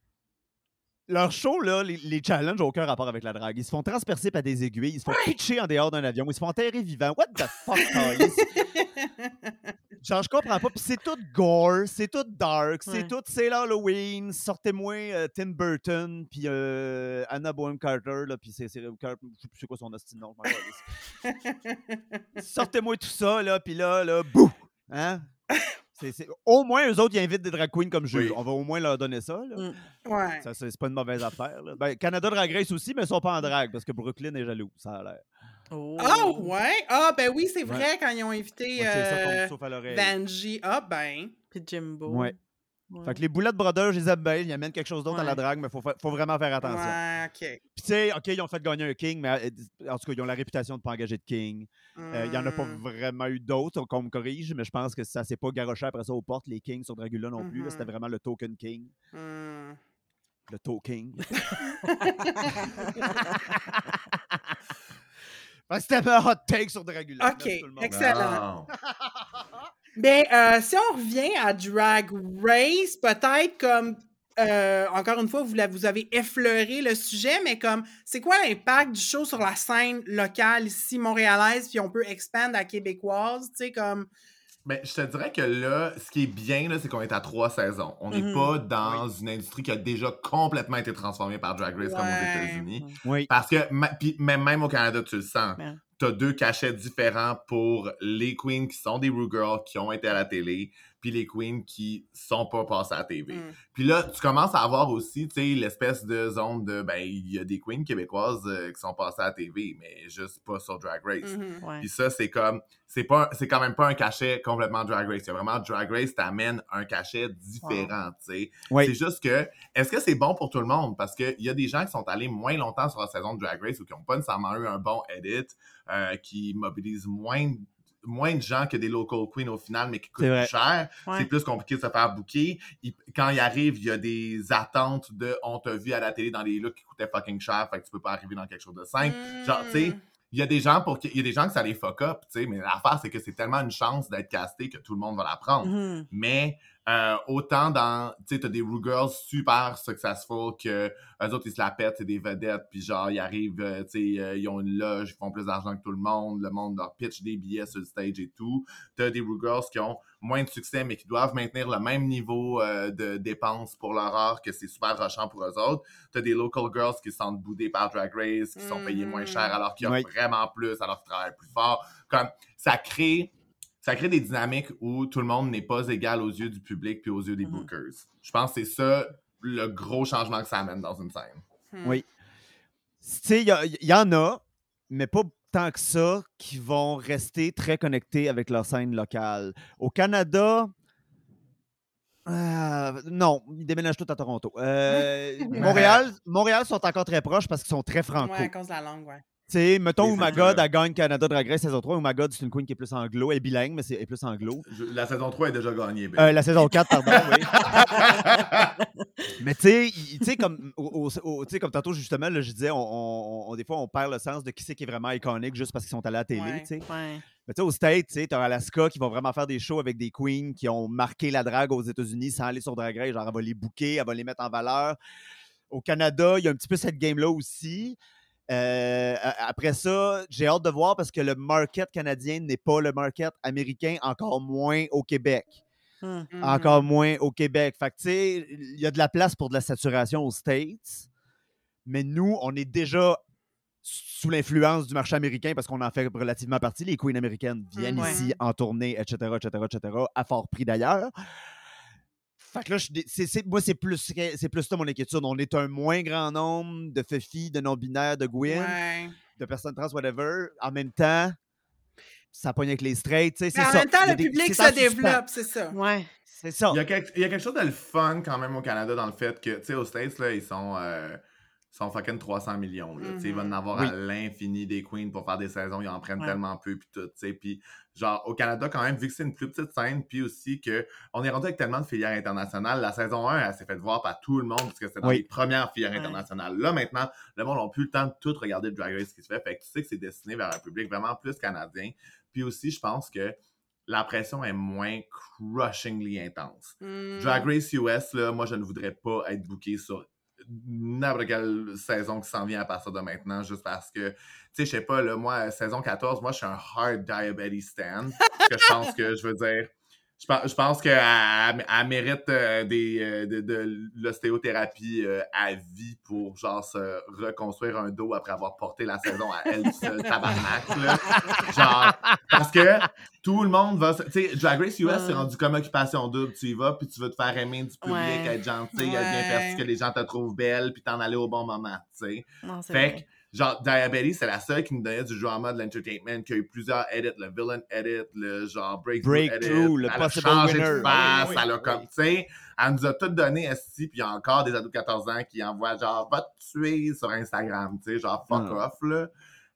Leur show, là, les challenges n'ont aucun rapport avec la drague. Ils se font transpercer par des aiguilles, ils se font pitcher en dehors d'un avion, ils se font enterrer vivants. What the fuck, genre, je comprends pas. Puis c'est tout gore, c'est tout dark, c'est tout c'est l'Halloween, sortez-moi Tim Burton, puis Anna Bonham Carter, là, puis je sais plus c'est quoi son hostie de nom. Sortez-moi tout ça, là, puis là, bouh! Hein? Au moins, eux autres, ils invitent des drag queens comme jeu. On va au moins leur donner ça. Là. Ouais. Ça, c'est pas une mauvaise affaire. Là. Ben, Canada Drag Race aussi, mais ils sont pas en drag parce que Brooklyn est jaloux, ça a l'air. Oh, ouais? Ah, ben oui, c'est vrai, quand ils ont invité Vanjie. Ah, ben. Puis Jimbo. Ouais. Fait que les Boulettes Brothers, je les aime bien, ils amènent quelque chose d'autre à la drague, mais faut vraiment faire attention. Ouais, OK. Puis tu sais, OK, ils ont fait gagner un king, mais en tout cas, ils ont la réputation de ne pas engager de king. Il n'y en a pas vraiment eu d'autres, qu'on me corrige, mais je pense que ça s'est pas garoché après ça aux portes, les kings sur Dragula non plus. C'était vraiment le token king. Le token. C'était un hot take sur Dragula. OK, excellent. Ben, si on revient à Drag Race, peut-être comme, encore une fois, vous avez effleuré le sujet, mais comme, c'est quoi l'impact du show sur la scène locale ici, montréalaise, puis on peut expand à québécoise, tu sais, comme... Ben, je te dirais que là, ce qui est bien, là, c'est qu'on est à 3 saisons. On n'est pas dans une industrie qui a déjà complètement été transformée par Drag Race comme aux États-Unis. Oui. Parce que, puis même au Canada, tu le sens. Ouais. T'as 2 cachets différents pour les queens qui sont des Rue Girls, qui ont été à la télé, puis les queens qui sont pas passées à la TV. Puis là, tu commences à avoir aussi, tu sais, l'espèce de zone de, ben, il y a des queens québécoises qui sont passées à la TV, mais juste pas sur Drag Race. Ouais. Puis ça, c'est comme, c'est quand même pas un cachet complètement Drag Race. C'est vraiment Drag Race t'amène un cachet différent, tu sais. Oui. C'est juste que, est-ce que c'est bon pour tout le monde? Parce qu'il y a des gens qui sont allés moins longtemps sur la saison de Drag Race ou qui n'ont pas nécessairement eu un bon edit, qui mobilisent moins de gens que des local queens au final, mais qui coûtent plus cher. Ouais. C'est plus compliqué de se faire booker. Quand ils arrivent, il y a des attentes de « on t'a vu à la télé dans des looks qui coûtaient fucking cher, fait que tu peux pas arriver dans quelque chose de simple. » Genre, tu sais, il y a des gens que ça les fuck up, tu sais, mais l'affaire, c'est que c'est tellement une chance d'être casté que tout le monde va la prendre. Mais autant dans, tu sais, t'as des Rue Girls super successful que eux autres, ils se la pètent, c'est des vedettes, puis genre, ils arrivent, tu sais, ils ont une loge, ils font plus d'argent que tout le monde leur pitch des billets sur le stage et tout. T'as des Rue Girls qui ont moins de succès, mais qui doivent maintenir le même niveau de dépenses pour leur art, que c'est super rushant pour eux autres. T'as des local girls qui se sentent boudées par Drag Race, qui sont payées moins cher alors qu'ils offrent vraiment plus, alors qu'ils travaillent plus fort. Comme, ça crée des dynamiques où tout le monde n'est pas égal aux yeux du public puis aux yeux des bookers. Je pense que c'est ça le gros changement que ça amène dans une scène. Oui. Tu sais, il y en a, mais pas tant que ça, qui vont rester très connectés avec leur scène locale. Au Canada, non, ils déménagent tous à Toronto. Montréal sont encore très proches parce qu'ils sont très franco. Ouais, à cause de la langue, ouais. Tu sais, mettons, Umagod, elle gagne Canada Drag Race saison 3. Umagod, c'est une queen qui est plus anglo. Elle est bilingue, mais elle est plus anglo. La saison 3 est déjà gagnée. La saison 4, pardon, oui. Mais tu sais, comme tantôt, justement, là, je disais, des fois, on perd le sens de qui c'est qui est vraiment iconique juste parce qu'ils sont allés à la télé, tu sais. Ouais. Mais tu sais, au States, tu sais, t'as Alaska qui va vraiment faire des shows avec des queens qui ont marqué la drague aux États-Unis sans aller sur Drag Race. Genre, elle va les booker, elle va les mettre en valeur. Au Canada, il y a un petit peu cette game-là aussi. Après ça, j'ai hâte de voir parce que le market canadien n'est pas le market américain, encore moins au Québec. Encore moins au Québec. Fait que, tu sais, il y a de la place pour de la saturation aux States, mais nous, on est déjà sous l'influence du marché américain parce qu'on en fait relativement partie. Les queens américaines viennent ici en tournée, etc., à fort prix d'ailleurs. Fait que là, moi, c'est plus ça mon inquiétude. On est un moins grand nombre de filles, de non-binaires, de Gwyn, de personnes trans, whatever. En même temps, ça pogne avec les straights. C'est ça. En même temps, le public se développe, c'est ça. Ouais. C'est ça. Il y a quelque chose de le fun quand même au Canada dans le fait que, tu sais, aux States, là, ils sont fucking 300 millions. Là. Ils vont en avoir à l'infini des queens pour faire des saisons. Ils en prennent tellement peu, puis tout, tu sais. Puis, genre, au Canada, quand même, vu que c'est une plus petite scène, puis aussi qu'on est rendu avec tellement de filières internationales, la saison 1, elle s'est fait voir par tout le monde, parce que c'était dans les premières filières internationales. Là, maintenant, le monde n'a plus le temps de tout regarder le Drag Race qui se fait. Fait que tu sais que c'est destiné vers un public vraiment plus canadien. Puis aussi, je pense que la pression est moins crushingly intense. Drag Race US, là, moi, je ne voudrais pas être booké sur n'importe quelle saison qui s'en vient à partir de maintenant, juste parce que, tu sais, je sais pas, là, moi, saison 14, moi, je suis un hard diabetes stan, que je pense que, je veux dire, je pense qu'elle mérite de l'ostéothérapie à vie pour, genre, se reconstruire un dos après avoir porté la saison à elle seule, tabarnak, là. Genre, parce que tout le monde va... Tu sais, Drag Race US, c'est rendu comme Occupation Double. Tu y vas, puis tu veux te faire aimer du public, être gentil, être bien fait, que les gens te trouvent belle, puis t'en aller au bon moment, tu sais. Fait que, genre, Diabetes, c'est la seule qui nous donnait du drama, de l'entertainment, qui a eu plusieurs edits, le villain edit, le genre breakthrough edit, le elle a possible changé winner. de face, elle a comme, tu sais, elle nous a tout donné esti, puis il y a encore des ados de 14 ans qui envoient genre, va te tuer sur Instagram, tu sais, genre, fuck off, là.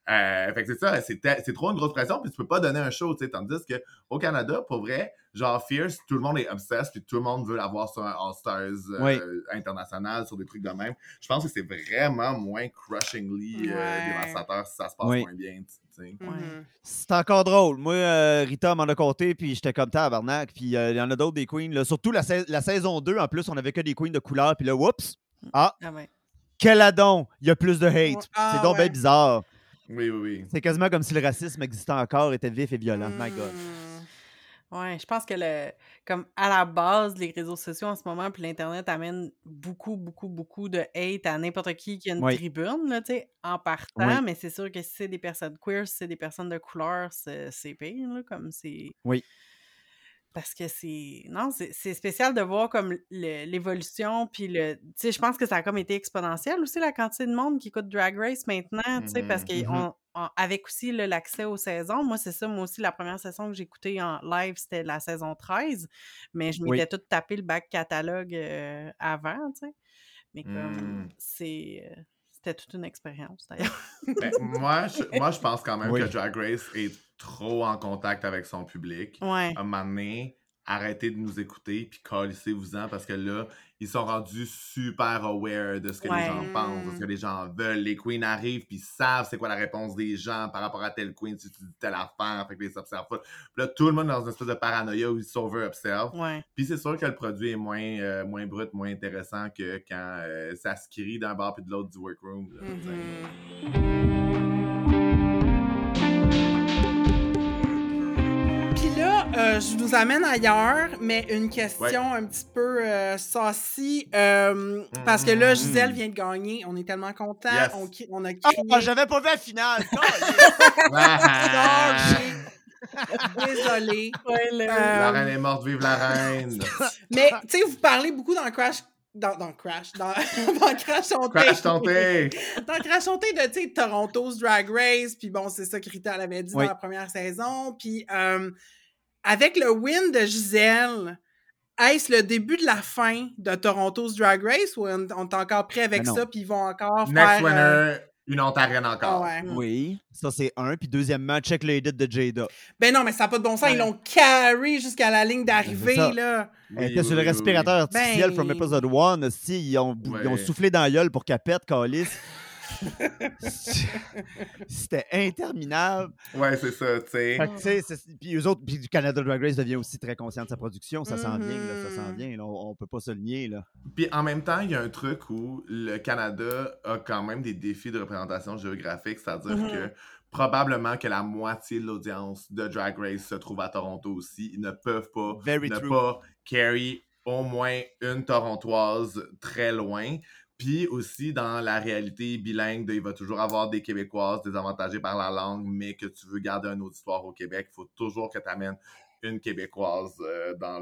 Fait que c'est ça, c'est trop une grosse pression, puis tu peux pas donner un show, tu sais. Tandis qu'au Canada, pour vrai, genre Fierce, tout le monde est obsessed, puis tout le monde veut l'avoir sur un All-Stars Oui. international, sur des trucs de même. Je pense que c'est vraiment moins crushingly dévastateur si ça se passe Oui. moins bien, tu sais. Mhm. C'est encore drôle. Moi, Rita m'en a compté, puis j'étais comme tabarnak. Puis il y en a d'autres des queens. Là. Surtout la saison 2, en plus, on avait que des queens de couleur. Puis là, whoops! Ah, Ah ouais. quel adon! Il y a plus de hate. Ouais. Ah, c'est donc bien ouais. bizarre. Oui. C'est quasiment comme si le racisme existait encore, était vif et violent. My God. Ouais, je pense que comme à la base, les réseaux sociaux en ce moment, puis l'Internet amène beaucoup, beaucoup, beaucoup de hate à n'importe qui a une Oui. tribune, là, tu sais, en partant, Oui. mais c'est sûr que si c'est des personnes queer, si c'est des personnes de couleur, c'est pire, là, comme c'est... Oui. Parce que non, c'est spécial de voir comme l'évolution, puis tu sais, je pense que ça a comme été exponentiel aussi, la quantité de monde qui écoute Drag Race maintenant, tu sais, parce que avec aussi là, l'accès aux saisons, moi, c'est ça, moi aussi, la première saison que j'ai écoutée en live, c'était la saison 13, mais je m'étais toute tapé le back catalogue avant, tu sais. Mais comme, c'était toute une expérience, d'ailleurs. Ben, moi, je pense quand même Oui. que Drag Race est trop en contact avec son public. Ouais. À un moment donné, arrêtez de nous écouter, puis calissez-vous-en, parce que là, ils sont rendus super aware de ce que les gens pensent, de ce que les gens veulent. Les queens arrivent, puis ils savent c'est quoi la réponse des gens par rapport à telle queen, si tu dis telle affaire, fait que les observent pas. Puis là, tout le monde est dans une espèce de paranoïa où ils s'over-observent. Ouais. Puis c'est sûr que le produit est moins brut, moins intéressant que quand ça se crie d'un bord puis de l'autre du workroom. Là, Puis là, je vous amène ailleurs, mais une question un petit peu saucy. Parce que là, Gisèle vient de gagner. On est tellement contents. Yes. On a crié. Ah, j'avais pas vu la finale! Désolée. Ouais, La reine est morte, vive la reine! Mais, tu sais, vous parlez beaucoup dans Crash... Dans Crash on Crash ton thé! Dans Crash on thé de, tu sais, Toronto's Drag Race, puis bon, c'est ça que Rita l'avait dit dans la première saison, puis avec le win de Gisèle, est-ce le début de la fin de Toronto's Drag Race ou on est encore prêt avec ça, puis ils vont encore Next faire... winner, une Ontarienne encore. Ah ouais. Oui, ça c'est un. Puis deuxièmement, check le edit de Jada. Ben non, mais ça n'a pas de bon sens. Ils l'ont carry jusqu'à la ligne d'arrivée, ça. là. Elle était sur le respirateur artificiel from episode 1. Ils ont soufflé dans la gueule pour qu'elle pète, calice. C'était interminable. Ouais, c'est ça, tu sais. Fait que, puis eux autres, puis du Canada Drag Race devient aussi très conscient de sa production. Ça s'en vient, là, ça s'en vient. Là, on peut pas se le nier, là. Puis en même temps, il y a un truc où le Canada a quand même des défis de représentation géographique, c'est-à-dire que probablement que la moitié de l'audience de Drag Race se trouve à Toronto aussi. Ils ne peuvent pas pas carry au moins une Torontoise très loin. Puis aussi, dans la réalité bilingue, il va toujours avoir des Québécoises désavantagées par la langue, mais que tu veux garder un auditoire au Québec, il faut toujours que tu amènes une Québécoise dans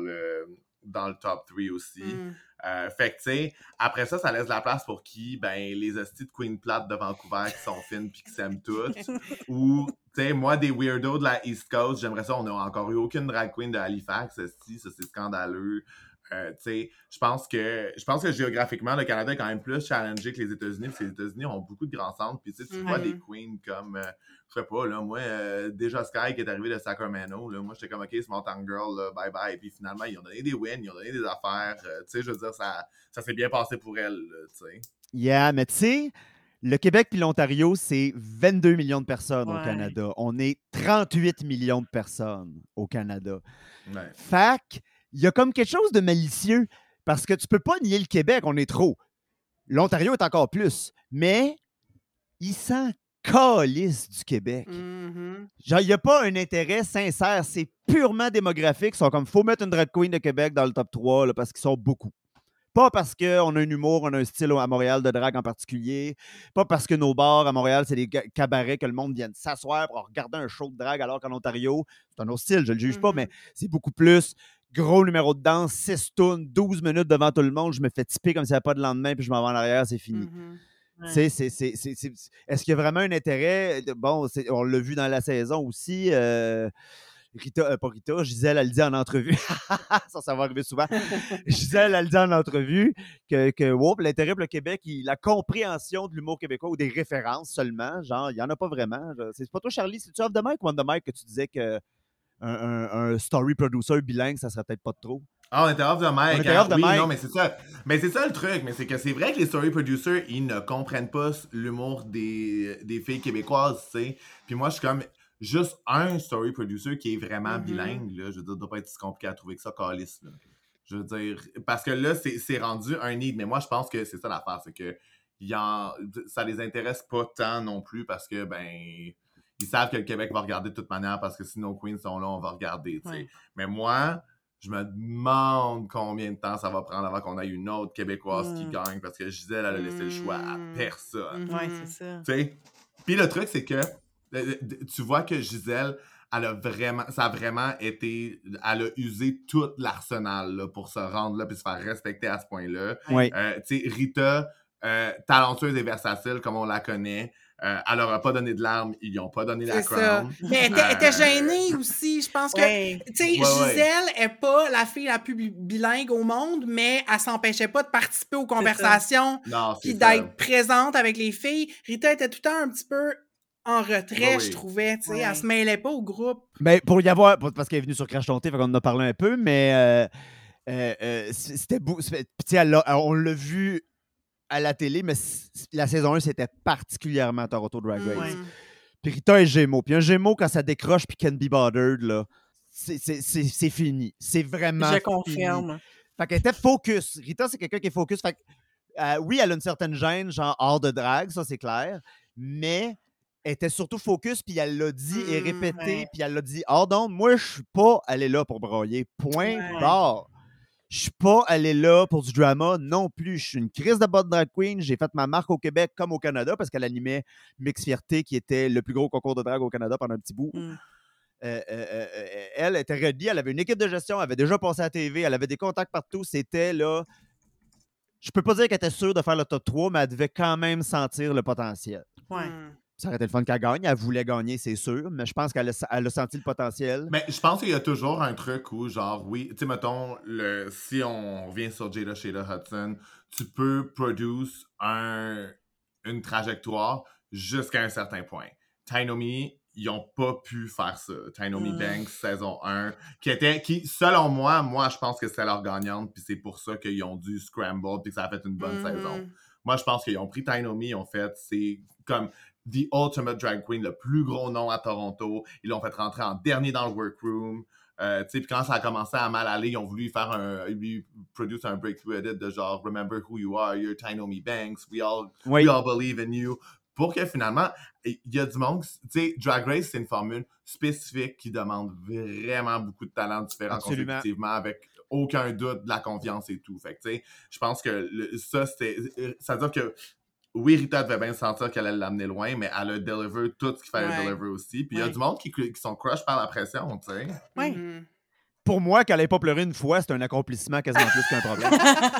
le top 3 aussi. Fait que, tu sais, après ça, ça laisse de la place pour qui? Ben, les hosties de Queen Platte de Vancouver qui sont fines puis qui s'aiment toutes. Ou, tu sais, moi, des weirdos de la East Coast, j'aimerais ça, on n'a encore eu aucune drag queen de Halifax, ça c'est scandaleux. Je pense que géographiquement, le Canada est quand même plus challengé que les États-Unis, parce que les États-Unis ont beaucoup de grands centres. Puis tu vois des queens comme, je sais pas, là, moi, déjà Sky qui est arrivé de Sacramento, là, moi j'étais comme, OK, Small Town Girl, là, bye bye. Et puis finalement, ils ont donné des wins, ils ont donné des affaires. Tu sais, je veux dire, ça s'est bien passé pour elles, tu sais. Yeah, mais tu sais, le Québec puis l'Ontario, c'est 22 millions de personnes au Canada. On est 38 millions de personnes au Canada. Ouais. Fac, il y a comme quelque chose de malicieux parce que tu peux pas nier le Québec, on est trop. L'Ontario est encore plus, mais ils s'en calissent du Québec. Genre, il n'y a pas un intérêt sincère, c'est purement démographique. Ils sont comme, faut mettre une drag queen de Québec dans le top 3 là, parce qu'ils sont beaucoup. Pas parce qu'on a un humour, on a un style à Montréal de drague en particulier. Pas parce que nos bars à Montréal, c'est des cabarets que le monde vienne s'asseoir pour regarder un show de drague, alors qu'en Ontario, c'est un autre style, je le juge pas, mais c'est beaucoup plus gros numéro de danse, 6 tunes, 12 minutes devant tout le monde, je me fais tiper comme s'il n'y avait pas de lendemain, puis je m'en vais en arrière, c'est fini. Est-ce qu'il y a vraiment un intérêt? Bon, on l'a vu dans la saison aussi. Pas Rita, Gisèle, elle le dit en entrevue. Ça va arriver souvent. Gisèle, elle le dit en entrevue que l'intérêt pour le Québec, la compréhension de l'humour québécois ou des références seulement, genre, il n'y en a pas vraiment. C'est pas toi, Charlie, c'est-tu off the mic ou on the mic que tu disais que un story producer bilingue, ça serait peut-être pas de trop? Ah, on était off the mic. On était off the oui, mic. non, mais c'est ça. Mais c'est ça le truc. Mais c'est que c'est vrai que les story producers, ils ne comprennent pas l'humour des filles québécoises, tu sais. Puis moi, je suis comme juste un story producer qui est vraiment bilingue, là. Je veux dire, ça doit pas être si compliqué à trouver que ça, calice, là. Je veux dire, parce que là, c'est rendu un need. Mais moi, je pense que c'est ça l'affaire, c'est que ça les intéresse pas tant non plus parce que, ben, ils savent que le Québec va regarder de toute manière parce que si nos queens sont là, on va regarder, tu sais. Ouais. Mais moi, je me demande combien de temps ça va prendre avant qu'on ait une autre Québécoise qui gagne parce que Gisèle, elle a laissé le choix à personne. Ouais, c'est ça. Tu sais? Puis le truc, c'est que tu vois que Gisèle, elle a vraiment été. Elle a usé tout l'arsenal là, pour se rendre là puis se faire respecter à ce point-là. Oui. Tu sais, Rita, talentueuse et versatile comme on la connaît. Elle leur a pas donné de larmes, ils lui ont pas donné la C'est ça. crown. Mais elle était gênée aussi. Je pense que, tu sais, Gisèle est pas la fille la plus bilingue au monde, mais elle s'empêchait pas de participer aux conversations puis d'être présente avec les filles. Rita était tout le temps un petit peu en retrait, je trouvais. Tu sais, elle se mêlait pas au groupe. Ben, pour y avoir, parce qu'elle est venue sur Crash Ton Thé, fait qu'on en a parlé un peu, mais c'était beau. On l'a vu à la télé, mais la saison 1, c'était particulièrement Toronto Drag Race. Puis Rita est Gémeaux. Puis un Gémeaux, quand ça décroche puis Can't Be Bothered, là, c'est fini. C'est vraiment Je confirme. Fait qu'elle était focus. Rita, c'est quelqu'un qui est focus. Fait que, oui, elle a une certaine gêne, genre hors de drague, ça c'est clair, mais elle était surtout focus, puis elle l'a dit et répété, puis elle l'a dit « Ah non, moi, je suis pas allée là pour broyer. Point barre. Je suis pas allé là pour du drama non plus. Je suis une crise de bonne drag queen. J'ai fait ma marque au Québec comme au Canada parce qu'elle animait Mix Fierté, qui était le plus gros concours de drag au Canada pendant un petit bout. Elle était ready. Elle avait une équipe de gestion. Elle avait déjà passé à la TV. Elle avait des contacts partout. C'était là... Je peux pas dire qu'elle était sûre de faire le top 3, mais elle devait quand même sentir le potentiel. Ouais. Ça aurait été le fun qu'elle gagne. Elle voulait gagner, c'est sûr, mais je pense qu'elle a senti le potentiel. Mais je pense qu'il y a toujours un truc où, genre, oui, tu sais, mettons, si on revient sur Jada Hudson, tu peux produce une trajectoire jusqu'à un certain point. Tynomi, ils n'ont pas pu faire ça. Tynomi Banks, saison 1, qui, selon moi, je pense que c'était leur gagnante, puis c'est pour ça qu'ils ont dû scramble, puis que ça a fait une bonne saison. Moi, je pense qu'ils ont pris Tynomi, ils ont fait, c'est comme The Ultimate Drag Queen, le plus gros nom à Toronto. Ils l'ont fait rentrer en dernier dans le workroom. Puis quand ça a commencé à mal aller, ils ont voulu lui produire un breakthrough edit de genre Remember who you are, you're Tynomi Banks, we all believe in you. Pour que finalement, il y a du monde, tu sais, Drag Race, c'est une formule spécifique qui demande vraiment beaucoup de talents différents consécutivement avec aucun doute de la confiance et tout. Fait que, tu sais, je pense que ça veut dire que oui, Rita devait bien sentir qu'elle allait l'amener loin, mais elle a deliver tout ce qu'il fallait deliver aussi. Puis il y a du monde qui sont crush par la pression, tu sais. Oui. Pour moi, qu'elle n'ait pas pleuré une fois, c'est un accomplissement quasiment plus qu'un problème.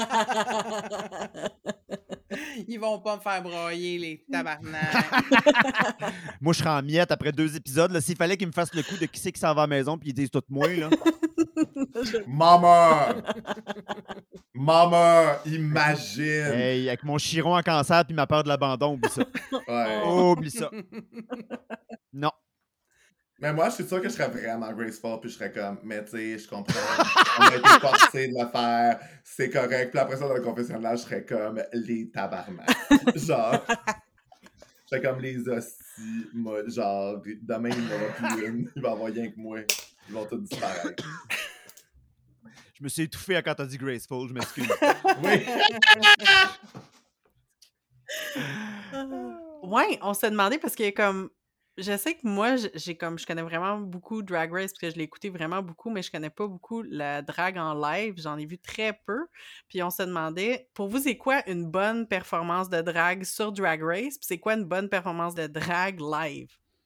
Ils vont pas me faire broyer, les tabarnak. Moi, je serais en miettes après 2 épisodes. S'il fallait qu'ils me fassent le coup de qui c'est qui s'en va à la maison puis ils disent tout moi, là. Maman, imagine! Hey, avec mon chiron en cancer puis ma peur de l'abandon, oublie ça. Oublie ça. Non. Mais moi, je suis sûr que je serais vraiment graceful, puis je serais comme, mais tu sais, je comprends, on a été forcé de le faire, c'est correct. Puis après ça, dans le confessionnal, je serais comme les tabarnak. Genre, je serais comme les hosties, moi, genre, demain, il n'y en aura plus une, il va y avoir rien que moi, ils vont tous disparaître. Je me suis étouffé quand t'as dit graceful, je m'excuse. Oui. Ouais, on s'est demandé parce que comme je sais que moi je connais vraiment beaucoup Drag Race parce que je l'ai écouté vraiment beaucoup, mais je connais pas beaucoup la drague en live, j'en ai vu très peu. Puis on se demandait, pour vous, c'est quoi une bonne performance de drague sur Drag Race? Puis c'est quoi une bonne performance de drague live?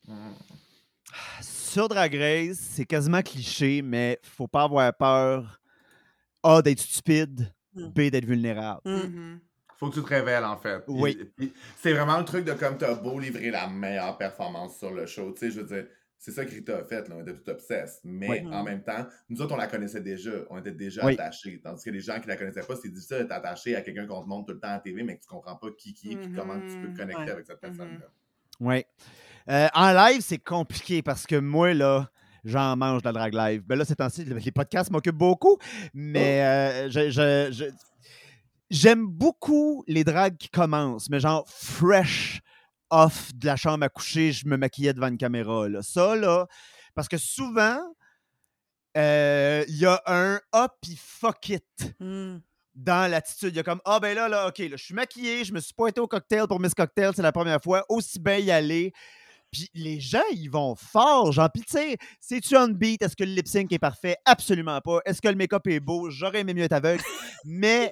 Sur Drag Race, c'est quasiment cliché, mais faut pas avoir peur A, d'être stupide, B, d'être vulnérable. Faut que tu te révèles, en fait. Oui. C'est vraiment le truc de comme t'as beau livrer la meilleure performance sur le show. Tu sais, je veux dire, c'est ça que Rita a fait, là, on était tout obsessed. Mais Oui. en même temps, nous autres, on la connaissait déjà, on était déjà Oui. attachés. Tandis que les gens qui la connaissaient pas, c'est difficile d'être attaché à quelqu'un qu'on te montre tout le temps à la TV, mais que tu comprends pas qui est, puis comment tu peux te connecter Ouais. avec cette personne-là. Oui. En live, c'est compliqué parce que moi, là, j'en mange de la drague live. Ben là, ces temps-ci, les podcasts m'occupent beaucoup, mais j'aime beaucoup les dragues qui commencent, mais genre fresh off de la chambre à coucher, je me maquillais devant une caméra. Là. Ça, là, parce que souvent, il y a un « ah, puis fuck it » dans l'attitude. Il y a comme « ah, ben là, OK, là, je suis maquillé, je me suis pointé au cocktail pour Miss Cocktail, c'est la première fois, aussi bien y aller. » Puis les gens, ils vont fort, genre, puis tu sais, c'est-tu on beat? Est-ce que le lip-sync est parfait? Absolument pas. Est-ce que le make-up est beau? J'aurais aimé mieux être aveugle. Mais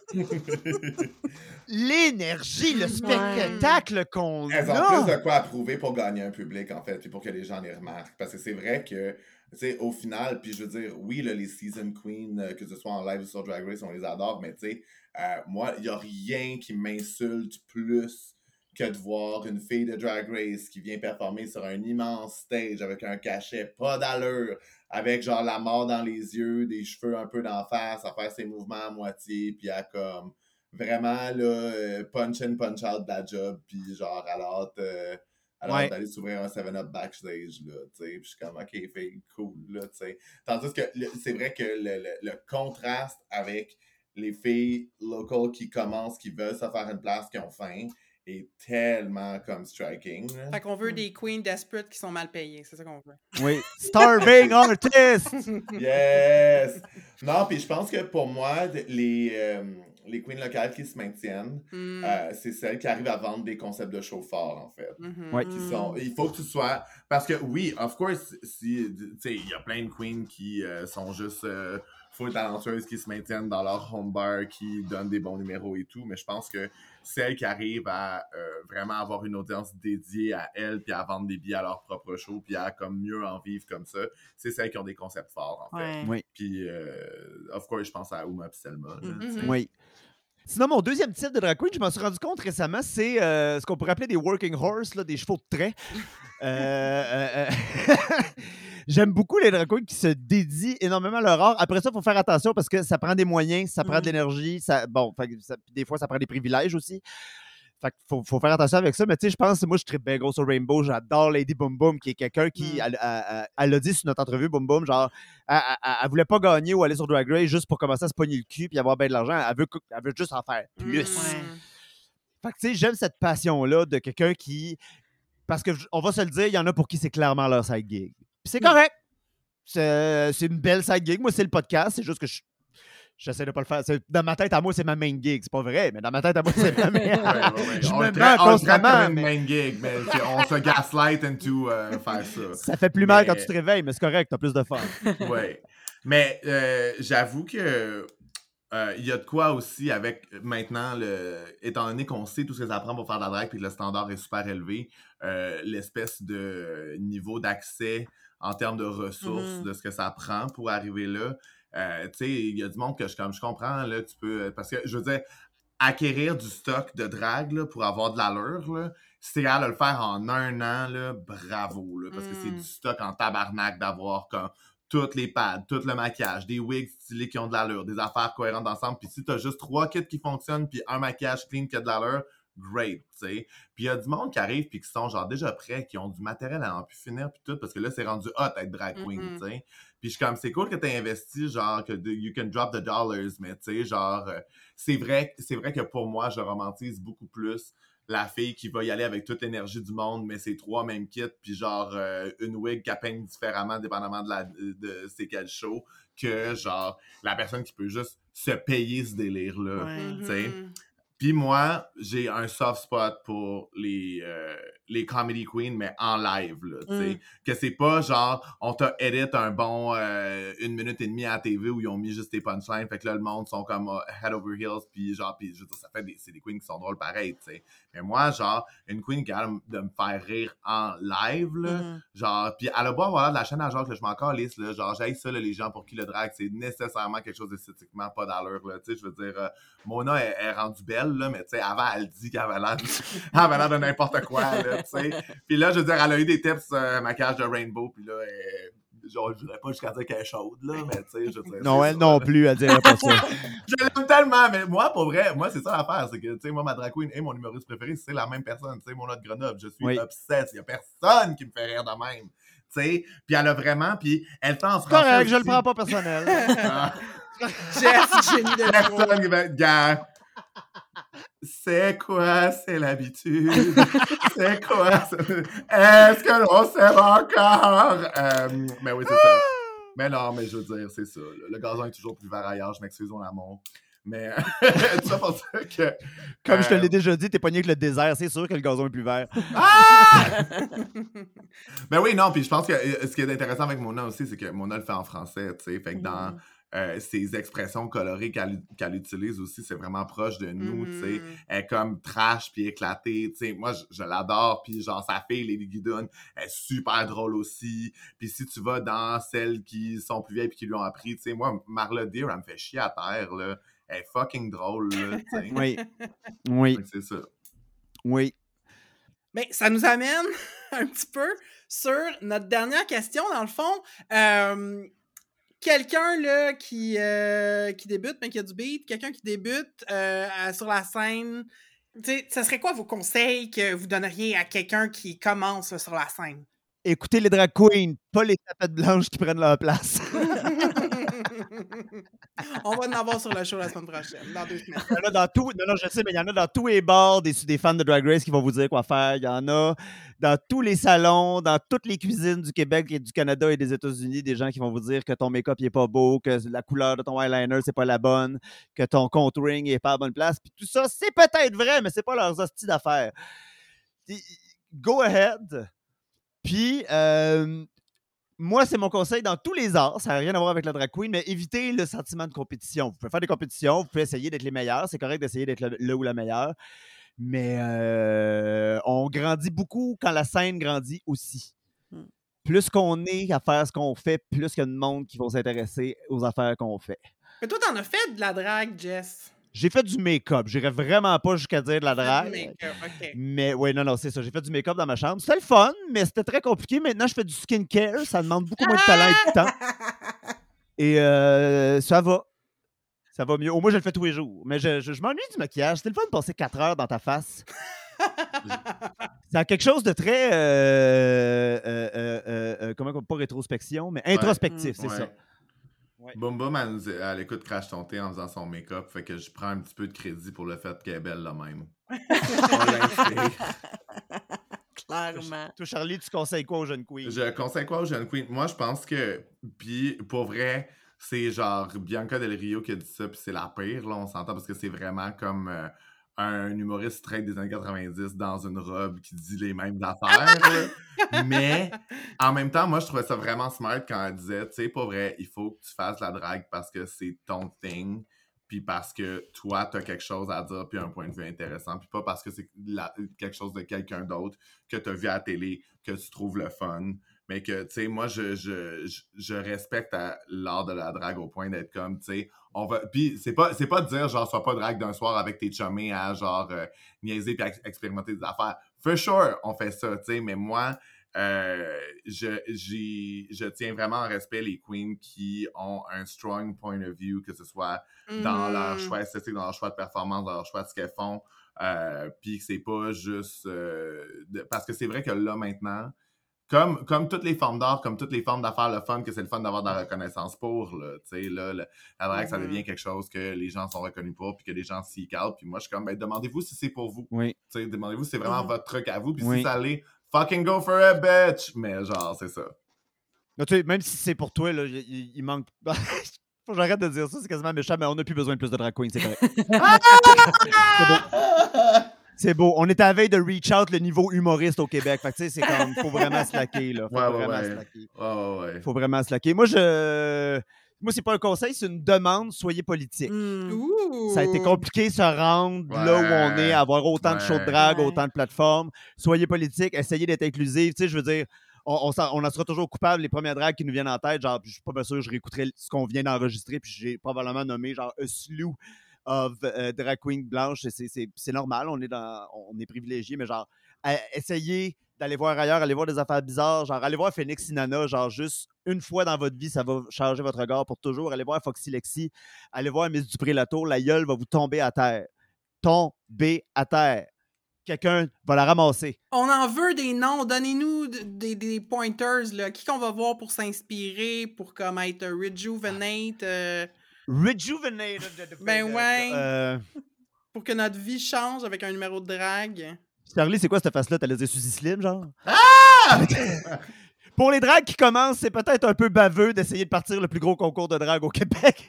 l'énergie, le spectacle qu'on Elles ont a... plus de quoi à prouver pour gagner un public, en fait, puis pour que les gens les remarquent. Parce que c'est vrai que, tu sais, au final, puis je veux dire, oui, là, les season queens, que ce soit en live ou sur Drag Race, on les adore, mais tu sais, moi, il n'y a rien qui m'insulte plus que de voir une fille de Drag Race qui vient performer sur un immense stage avec un cachet pas d'allure, avec genre la mort dans les yeux, des cheveux un peu d'en face, à faire ses mouvements à moitié, puis à comme vraiment là, punch in, punch out de la job, puis genre à l'hâte d'aller s'ouvrir un 7-up backstage, là, tu sais, puis je suis comme, OK, fille, cool, là, tu sais. Tandis que c'est vrai que le contraste avec les filles locales qui commencent, qui veulent se faire une place, qui ont faim, est tellement comme striking. Là. Fait qu'on veut des queens desperate qui sont mal payées, c'est ça qu'on veut. Oui, starving artist! Yes! Non, puis je pense que pour moi, les queens locales qui se maintiennent, c'est celles qui arrivent à vendre des concepts de show forts, en fait. Ouais. Qui sont, il faut que tu sois... Parce que oui, of course, si, tu sais, il y a plein de queens qui sont juste full talentueuses, qui se maintiennent dans leur home bar, qui donnent des bons numéros et tout, mais je pense que celles qui arrivent à vraiment avoir une audience dédiée à elles, puis à vendre des billets à leur propre show, puis à comme mieux en vivre comme ça, c'est celles qui ont des concepts forts, en fait. Ouais. Oui. Puis, of course, je pense à Uma et Selma. Là, tu sais. Oui. Sinon, mon deuxième type de drag queen, je m'en suis rendu compte récemment, c'est ce qu'on pourrait appeler des working horse, là, des chevaux de trait. J'aime beaucoup les drag queens qui se dédient énormément à leur art. Après ça, il faut faire attention parce que ça prend des moyens, ça prend de l'énergie. Des fois, ça prend des privilèges aussi. Fait qu'il faut faire attention avec ça. Mais tu sais, je pense, moi, je tripe bien gros sur Rainbow. J'adore Lady Boom Boom, qui est quelqu'un qui, elle a dit sur notre entrevue, Boom Boom, genre, elle voulait pas gagner ou aller sur Drag Race juste pour commencer à se pogner le cul puis avoir bien de l'argent. Elle veut juste en faire plus. Ouais. Fait que tu sais, j'aime cette passion-là de quelqu'un qui... Parce qu'on va se le dire, il y en a pour qui c'est clairement leur side gig. Puis c'est correct. C'est une belle side gig. Moi, c'est le podcast. C'est juste que j'essaie de pas le faire. Dans ma tête, à moi, c'est ma main gig. C'est pas vrai, mais dans ma tête, à moi, c'est ma main. Je me mets constamment. Comme une main gig, mais on se gaslight into faire ça. Ça fait plus mal quand tu te réveilles, mais c'est correct, t'as plus de fun. Oui. Mais j'avoue que il y a de quoi aussi avec maintenant, étant donné qu'on sait tout ce que ça prend pour faire de la drague et que le standard est super élevé, l'espèce de niveau d'accès en termes de ressources, de ce que ça prend pour arriver là. Tu sais, il y a du monde que je comprends, là, tu peux... Parce que, je veux dire, acquérir du stock de drague là, pour avoir de l'allure, là, si t'es capable de le faire en un an, là, bravo, là, parce que c'est du stock en tabarnak d'avoir comme toutes les pads, tout le maquillage, des wigs stylés qui ont de l'allure, des affaires cohérentes ensemble. Puis si t'as juste 3 kits qui fonctionnent puis un maquillage clean qui a de l'allure, great, tu sais. Puis il y a du monde qui arrive puis qui sont genre déjà prêts, qui ont du matériel à en plus finir puis tout, parce que là, c'est rendu hot être drag queen, tu sais. Puis je suis comme, c'est cool que t'aies investi, genre, que you can drop the dollars, mais tu sais, genre, c'est vrai que pour moi, je romantise beaucoup plus la fille qui va y aller avec toute l'énergie du monde, mais c'est 3 mêmes kits, puis genre une wig qu'elle peigne différemment dépendamment de c'est quel show, que genre la personne qui peut juste se payer ce délire-là, tu sais. Puis moi, j'ai un soft spot pour les comedy queens, mais en live, là, tu sais. Que c'est pas genre, on t'a edit un bon 1 minute et demie à la TV où ils ont mis juste tes punchlines, fait que là, le monde sont comme head over heels, puis genre, je veux dire, ça fait c'est des queens qui sont drôles pareil, tu sais. Mais moi, genre, une queen qui a de me faire rire en live, là, genre, puis elle a beau avoir de la chaîne à genre que je m'en calisse, là, genre, j'haïs ça, là, les gens pour qui le drag, c'est nécessairement quelque chose d'esthétiquement pas d'allure, là, tu sais, je veux dire, Mona est rendue belle, elle, là, mais tu sais, avant, elle dit qu'elle avait l'air de n'importe quoi, là, tu sais. Puis là, je veux dire, elle a eu des tips maquillage de Rainbow, puis là, genre, je dirais pas jusqu'à dire qu'elle est chaude, là, mais tu sais, je veux dire... Non, elle non plus, elle dirait pas ça. Je l'aime tellement, mais moi, pour vrai, moi, c'est ça l'affaire, c'est que, tu sais, moi, ma drag queen et mon humoriste préféré, c'est la même personne, tu sais, mon autre Grenoble, je suis obsesse, il y a personne qui me fait rire de même, tu sais, puis elle a vraiment, puis elle fait en français Correct, aussi. je le prends pas personnel. Jess, génie de Personne qui va être gars. C'est quoi, c'est l'habitude? C'est quoi? Est-ce que l'on s'aime encore? Mais oui, c'est ça. Mais non, mais je veux dire, c'est ça. Le gazon est toujours plus vert ailleurs, je m'excuse, mon amour. Mais tout ça pour dire que... Comme je te l'ai déjà dit, t'es pogné avec le désert, c'est sûr que le gazon est plus vert. Ah! Ben oui, non, puis je pense que ce qui est intéressant avec Mona aussi, c'est que Mona le fait en français, tu sais, fait que dans ses expressions colorées qu'elle utilise aussi, c'est vraiment proche de nous, tu sais, elle est comme trash puis éclatée, tu sais, moi, je l'adore, puis genre, sa fille, Lady Guidon, elle est super drôle aussi, puis si tu vas dans celles qui sont plus vieilles puis qui lui ont appris, tu sais, moi, Marla Deer, elle me fait chier à terre, là, elle est fucking drôle, là, tu sais. Oui. Oui. C'est ça. Oui. Mais ça nous amène un petit peu sur notre dernière question, dans le fond. Quelqu'un là qui débute, mais qui a du beat, quelqu'un qui débute sur la scène, ça serait quoi vos conseils que vous donneriez à quelqu'un qui commence là, sur la scène? Écoutez les drag queens, pas les tapettes blanches qui prennent leur place. On va en avoir sur le show la semaine prochaine, dans 2 semaines. Il y en a dans tout, non, je sais, mais il y en a dans tous les bars des fans de Drag Race qui vont vous dire quoi faire. Il y en a dans tous les salons, dans toutes les cuisines du Québec et du Canada et des États-Unis, des gens qui vont vous dire que ton make-up n'est pas beau, que la couleur de ton eyeliner, c'est pas la bonne, que ton contouring n'est pas à la bonne place. Puis tout ça, c'est peut-être vrai, mais c'est pas leurs hosties d'affaires. Go ahead. Puis, moi, c'est mon conseil dans tous les arts. Ça n'a rien à voir avec la drag queen, mais évitez le sentiment de compétition. Vous pouvez faire des compétitions, vous pouvez essayer d'être les meilleurs. C'est correct d'essayer d'être le ou la meilleure. Mais on grandit beaucoup quand la scène grandit aussi. Plus qu'on est à faire ce qu'on fait, plus qu'il y a de monde qui vont s'intéresser aux affaires qu'on fait. Mais toi, t'en as fait de la drague, Jess? J'ai fait du make-up. J'irais vraiment pas jusqu'à dire de la drague. Du make-up, OK. Mais oui, non, c'est ça. J'ai fait du make-up dans ma chambre. C'était le fun, mais c'était très compliqué. Maintenant, je fais du skincare. Ça demande beaucoup moins de talent et de temps. Et ça va. Ça va mieux. Au moins, je le fais tous les jours. Mais je m'ennuie du maquillage. C'était le fun de passer 4 heures dans ta face. Ça a quelque chose de très... comment pas rétrospection, mais introspectif, c'est ça. Ouais. Boum Boum, elle écoute Crash ton thé en faisant son make-up, fait que je prends un petit peu de crédit pour le fait qu'elle est belle là même. Clairement. Toi, Charlie, tu conseilles quoi aux jeunes queens? Je conseille quoi aux jeunes queens? Moi, je pense que, puis pour vrai, c'est genre Bianca Del Rio qui a dit ça, puis c'est la pire, là, on s'entend, parce que c'est vraiment comme un humoriste straight des années 90 dans une robe qui dit les mêmes affaires. Mais en même temps, moi, je trouvais ça vraiment smart quand elle disait, tu sais, pas vrai, il faut que tu fasses la drague parce que c'est ton thing, puis parce que toi, t'as quelque chose à dire, puis un point de vue intéressant, puis pas parce que c'est quelque chose de quelqu'un d'autre que t'as vu à la télé, que tu trouves le fun. Mais que, tu sais, moi, je respecte l'art de la drague au point d'être comme, tu sais, on va... Puis c'est pas de dire, genre, sois pas drague d'un soir avec tes chummés à, genre, niaiser puis expérimenter des affaires. For sure, on fait ça, tu sais, mais moi, je tiens vraiment en respect les queens qui ont un strong point of view, que ce soit dans leur choix esthétique, dans leur choix de performance, dans leur choix de ce qu'elles font, puis que c'est pas juste... parce que c'est vrai que là, maintenant... Comme toutes les formes d'art, comme toutes les formes d'affaires, le fun, que c'est le fun d'avoir de la reconnaissance pour, là, tu sais, là, la drague, ça devient quelque chose que les gens sont reconnus pour, puis que les gens seek out, puis moi, je suis comme, ben, demandez-vous si c'est pour vous. Oui. Tu sais, demandez-vous si c'est vraiment votre truc à vous, puis Oui. si ça l'est, fucking go for it, bitch! Mais genre, c'est ça. Là, tu sais, même si c'est pour toi, là, il manque... Faut que j'arrête de dire ça, c'est quasiment méchant, mais on n'a plus besoin de plus de drag queens, c'est correct. C'est beau. C'est beau. On est à la veille de reach out le niveau humoriste au Québec. Fait que tu sais, c'est comme, faut vraiment slacker, là. Faut vraiment slacker. Moi, c'est pas un conseil, c'est une demande, soyez politique. Ça a été compliqué de se rendre là où on est, avoir autant de shows de drague, autant de plateformes. Soyez politique, essayez d'être inclusif. Tu sais, je veux dire, on en sera toujours coupable les premières dragues qui nous viennent en tête. Genre, je suis pas bien sûr, je réécouterai ce qu'on vient d'enregistrer, puis j'ai probablement nommé genre a slew of drag queen blanche. C'est normal, on est privilégié, mais genre, essayez d'aller voir ailleurs, aller voir des affaires bizarres, genre, allez voir Phoenix Inanna, genre, juste une fois dans votre vie, ça va changer votre regard pour toujours. Allez voir Foxy Lexi, allez voir Miss Dupré-Latour, la gueule va vous tomber à terre. Tomber à terre. Quelqu'un va la ramasser. On en veut des noms. Donnez-nous des pointers, là. Qui qu'on va voir pour s'inspirer, pour comme être rejuvenate. Rejuvenated. Ben ouais. Pour que notre vie change avec un numéro de drague. Charlie, c'est quoi cette face-là? T'allais dire Suzy Slim, genre? Ah! Pour les dragues qui commencent, c'est peut-être un peu baveux d'essayer de partir le plus gros concours de drague au Québec.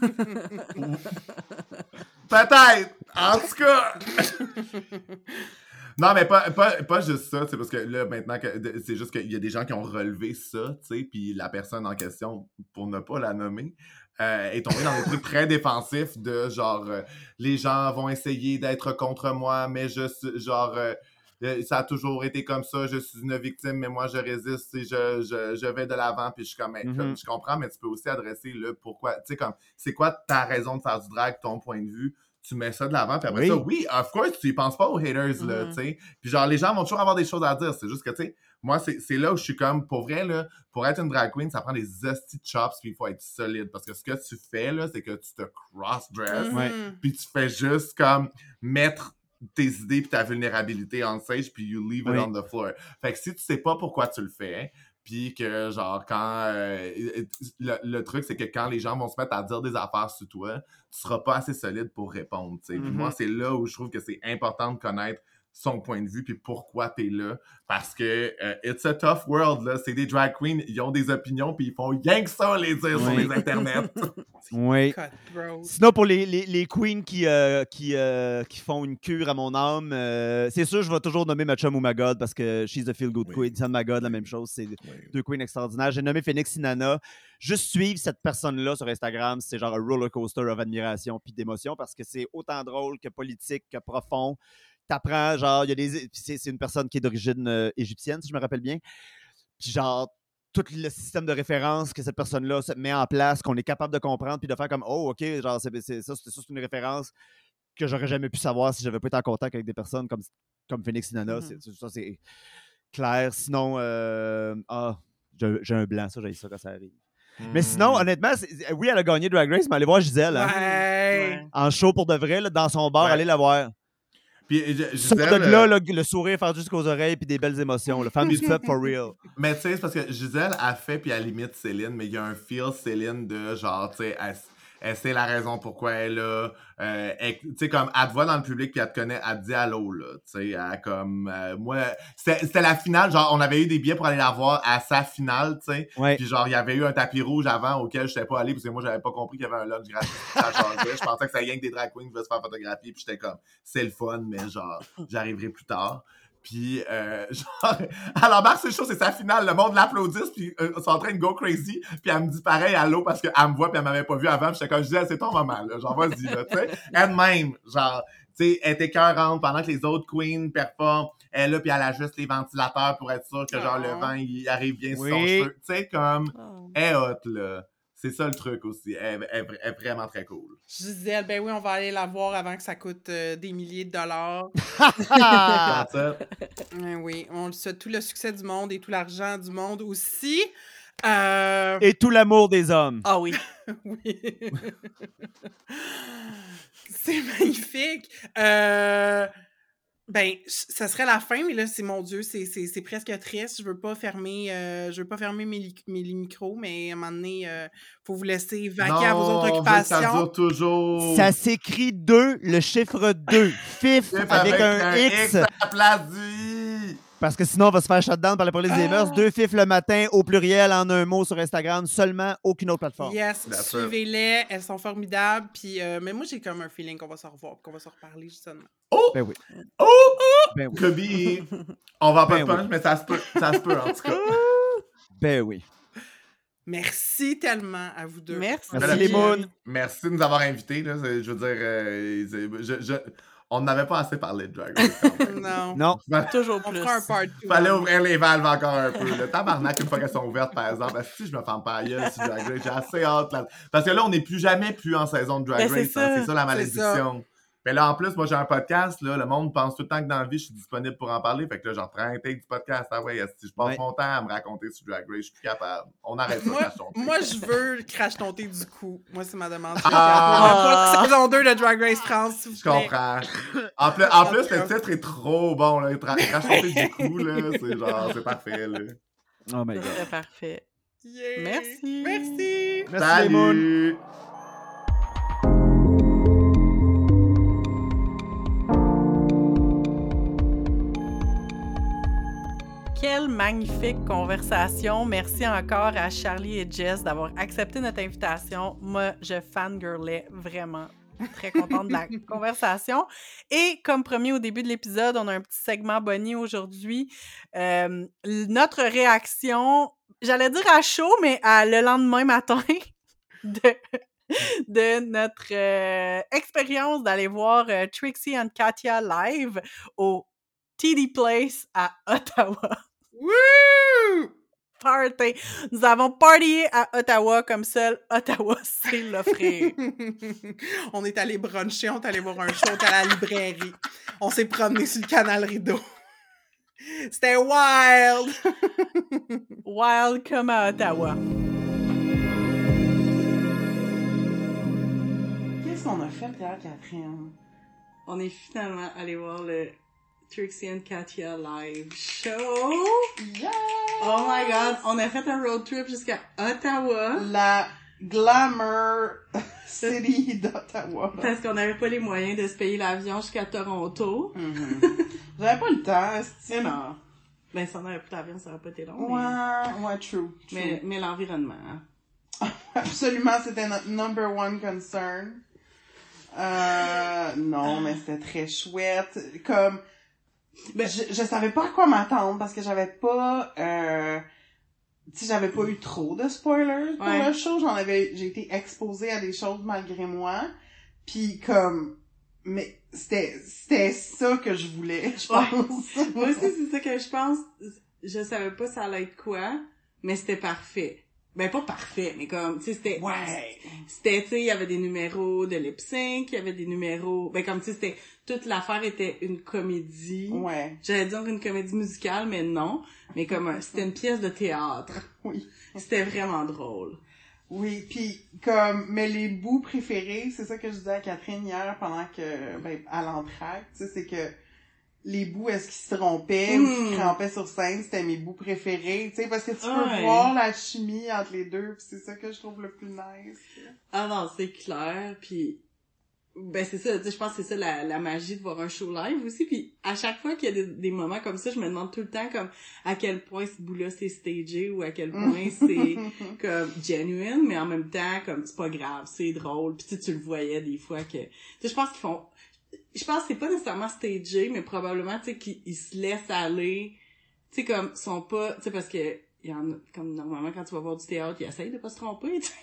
Peut-être! En tout cas! Non, mais pas juste ça, c'est parce que là, maintenant, c'est juste qu'il y a des gens qui ont relevé ça, tu sais, puis la personne en question, pour ne pas la nommer, est tombée dans des trucs très défensifs de genre, les gens vont essayer d'être contre moi, mais ça a toujours été comme ça, je suis une victime, mais moi je résiste et je vais de l'avant, puis je suis comme, je comprends, mais tu peux aussi adresser le pourquoi, tu sais, comme, c'est quoi ta raison de faire du drag, ton point de vue, tu mets ça de l'avant, puis après ça, oui, of course, tu y penses pas aux haters, là, tu sais, puis genre, les gens vont toujours avoir des choses à dire, c'est juste que, tu sais, moi, c'est là où je suis comme, pour vrai, là, pour être une drag queen, ça prend des hosties de chops, puis il faut être solide, parce que ce que tu fais, là, c'est que tu te cross-dress, puis tu fais juste, comme, mettre tes idées puis ta vulnérabilité on stage, puis you leave it on the floor. Fait que si tu sais pas pourquoi tu le fais, puis que, genre, quand... le truc, c'est que quand les gens vont se mettre à dire des affaires sur toi, tu seras pas assez solide pour répondre, tu sais. Puis moi, c'est là où je trouve que c'est important de connaître son point de vue, puis pourquoi t'es là. Parce que it's a tough world, là. C'est des drag queens, ils ont des opinions, puis ils font rien que ça les dire sur les internets. Oui. Sinon, pour les queens qui font une cure à mon âme, c'est sûr, je vais toujours nommer ma chum ou ma god parce que she's a feel-good queen. Sam ma god, la même chose. C'est deux queens extraordinaires. J'ai nommé Phoenix Inanna. Juste suivre cette personne-là sur Instagram, c'est genre un roller coaster of admiration puis d'émotion parce que c'est autant drôle que politique que profond. T'apprends, genre, il y a c'est une personne qui est d'origine égyptienne, si je me rappelle bien. Puis genre, tout le système de référence que cette personne-là se met en place, qu'on est capable de comprendre, puis de faire comme, oh, OK, genre, c'est une référence que j'aurais jamais pu savoir si j'avais pas été en contact avec des personnes comme Phoenix Inanna. Ça, c'est clair. Sinon, j'ai un blanc, ça, j'ai ça quand ça arrive. Mais sinon, honnêtement, oui, elle a gagné Drag Race, mais allez voir Gisèle. Hein, en show pour de vrai, là, dans son bar, allez la voir. Puis, Sort de là, le sourire fendu jusqu'aux oreilles puis des belles émotions. Femme du peuple for real. Mais tu sais, c'est parce que Gisèle a fait puis elle limite Céline, mais il y a un feel Céline de genre, tu sais, elle sait la raison pourquoi elle est là. Tu sais, comme, elle te voit dans le public puis elle te connaît, elle te dit allô, là. Tu sais, comme, moi, c'était la finale, genre, on avait eu des billets pour aller la voir à sa finale, tu sais. Ouais. Puis genre, il y avait eu un tapis rouge avant auquel je n'étais pas allé parce que moi, j'avais pas compris qu'il y avait un lunch gratuit. Ça changeait. Je pensais que c'était rien que des drag queens qui veulent se faire photographier puis j'étais comme, c'est le fun, mais genre, j'arriverai plus tard. Puis, genre, elle embarque sur le show, c'est sa finale, le monde l'applaudisse, puis ils sont en train de go crazy, puis elle me dit pareil allô parce qu'elle me voit, puis elle m'avait pas vu avant, puis j'étais comme, je disais, c'est ton moment, là, genre, vas-y, là, tu sais. Elle-même, genre, tu sais, elle était écœurante pendant que les autres queens performent, elle est là, puis elle ajuste les ventilateurs pour être sûre que, genre, le vent, il arrive bien sur son cheveu. Tu sais, comme, elle est hot, là. C'est ça le truc aussi. Elle est vraiment très cool. Gisèle, ben oui, on va aller la voir avant que ça coûte des milliers de dollars. Oui, on le souhaite tout le succès du monde et tout l'argent du monde aussi. Et tout l'amour des hommes. Ah oui. Oui. C'est magnifique. Ben, ça serait la fin, mais là, c'est mon Dieu, c'est presque triste. Je veux pas fermer mes micros, mais à un moment donné, faut vous laisser vaquer à vos autres occupations. Ça dure toujours. Ça s'écrit 2, le chiffre 2. Fif avec un X. À la place du I. Parce que sinon, on va se faire shutdown par la police des mœurs. 2 fifs le matin, au pluriel, en un mot sur Instagram, seulement, aucune autre plateforme. Yes, suivez-les, elles sont formidables. Puis, mais moi, j'ai comme un feeling qu'on va se revoir, qu'on va se reparler justement. Oh! Ben oui. Oh! Ben oui. Kobe, on va pas Ben de punch, mais ça se peut en tout cas. Ben oui. Merci tellement à vous deux. Merci. Merci les moons. Merci de nous avoir invités. Là. Je veux dire, On n'avait pas assez parlé de Drag Race. Quand même. Non. Non. Toujours On plus. fera un part 2. Fallait ouvrir les valves encore un peu. Le tabarnak, une fois qu'elles sont ouvertes, par exemple, si je me ferme pas la gueule sur Drag Race, j'ai assez hâte. Là. Parce que là, on n'est plus jamais en saison de Drag Ben, Race. c'est Hein, ça. c'est ça la C'est malédiction. Mais là, en plus, moi, j'ai un podcast. Là, le monde pense tout le temps que dans la vie, je suis disponible pour en parler. Fait que là, j'en prends un take du podcast. Ah ouais, si je passe Ouais. mon temps à me raconter sur Drag Race, je suis plus capable. On arrête ça, crash ton thé. Moi, je veux crash ton thé du coup. Moi, c'est ma demande. Ah! Pas de saison 2 de Drag Race France, s'il vous Je plaît. comprends. En plus, le titre est trop bon. Là. Crash ton thé du coup, là. C'est genre, c'est parfait. Là. Oh my Ça god. serait parfait. Yeah. Merci. Merci. Merci, les moons. Salut! Quelle magnifique conversation. Merci encore à Charlie et Jess d'avoir accepté notre invitation. Moi, je fangirlais vraiment. Très contente de la conversation. Et comme promis au début de l'épisode, on a un petit segment Bonnie aujourd'hui. Notre réaction, j'allais dire à chaud, mais le lendemain matin de notre expérience d'aller voir Trixie and Katya live au TD Place à Ottawa. Wouh! Party! Nous avons partyé à Ottawa comme seul Ottawa sait l'offrir. On est allé bruncher, on est allé voir un show, on est allé à la librairie. On s'est promené sur le canal Rideau. C'était wild! Wild comme à Ottawa. Qu'est-ce qu'on a fait hier, Catherine? On est finalement allé voir le Trixie and Katya live show. Yeah! Oh my god, on a fait un road trip jusqu'à Ottawa. La glamour city d'Ottawa. Parce qu'on n'avait pas les moyens de se payer l'avion jusqu'à Toronto. J'avais pas le temps, est-ce Non. Ben, si on avait pris l'avion, ça aurait pas été long. Ouais, true. Mais l'environnement. Absolument, c'était notre number one concern. Non, mais c'était très chouette. Comme, je savais pas à quoi m'attendre parce que j'avais pas, tu sais, j'avais pas eu trop de spoilers pour le show. J'ai été exposée à des choses malgré moi. Puis comme, mais c'était ça que je voulais, je pense. Moi aussi, c'est ça que je pense. Je savais pas ça allait être quoi, mais c'était parfait. Ben, pas parfait, mais comme, tu sais, c'était... Ouais. C'était, tu sais, il y avait des numéros de lip-sync, il y avait des numéros... Ben, comme, tu sais, c'était... Toute l'affaire était une comédie. Ouais. J'allais dire une comédie musicale, mais non. Mais comme, c'était une pièce de théâtre. Oui. C'était vraiment drôle. Oui, puis comme, mais les bouts préférés, c'est ça que je disais à Catherine hier pendant que, ben, à l'entracte, tu sais, c'est que les bouts, est-ce qu'ils se trompaient ou qu'ils se trompaient sur scène, c'était mes bouts préférés, tu sais, parce que tu peux voir la chimie entre les deux, pis c'est ça que je trouve le plus nice. Ah non, c'est clair, puis ben c'est ça, tu sais, je pense que c'est ça la magie de voir un show live aussi, puis à chaque fois qu'il y a des moments comme ça, je me demande tout le temps comme à quel point ce bout-là c'est stagé ou à quel point c'est comme genuine, mais en même temps comme c'est pas grave, c'est drôle, puis tu le voyais des fois que, tu sais, je pense que c'est pas nécessairement stagé, mais probablement, tu sais, qu'ils se laissent aller, tu sais, comme, sont pas, tu sais, parce que, il y en a, comme, normalement, quand tu vas voir du théâtre, ils essayent de pas se tromper, tu sais.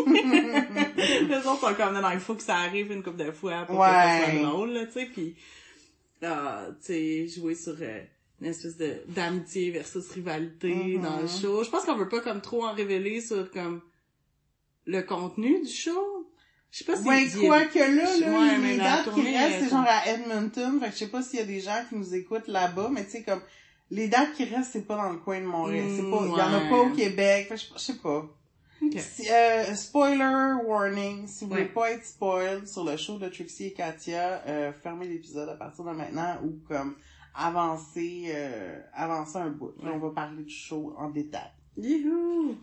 Les autres sont comme, non, il faut que ça arrive une couple de fois pour que ça soit drôle, là, tu sais, pis, tu sais, jouer sur, une espèce d'amitié versus rivalité dans le show. Je pense qu'on veut pas, comme, trop en révéler sur, comme, le contenu du show. Je sais pas si... Ouais, quoi que là, mais les la dates qui tournée, restent, c'est genre à Edmonton, fait que je sais pas s'il y a des gens qui nous écoutent là-bas, mais tu sais, comme, les dates qui restent, c'est pas dans le coin de Montréal, c'est pas, il y en a pas au Québec, fait que je sais pas. Okay. Spoiler warning, si vous voulez pas être spoiled sur le show de Trixie et Katya, fermez l'épisode à partir de maintenant ou comme, avancez un bout. Là, on va parler du show en détail. Youhou!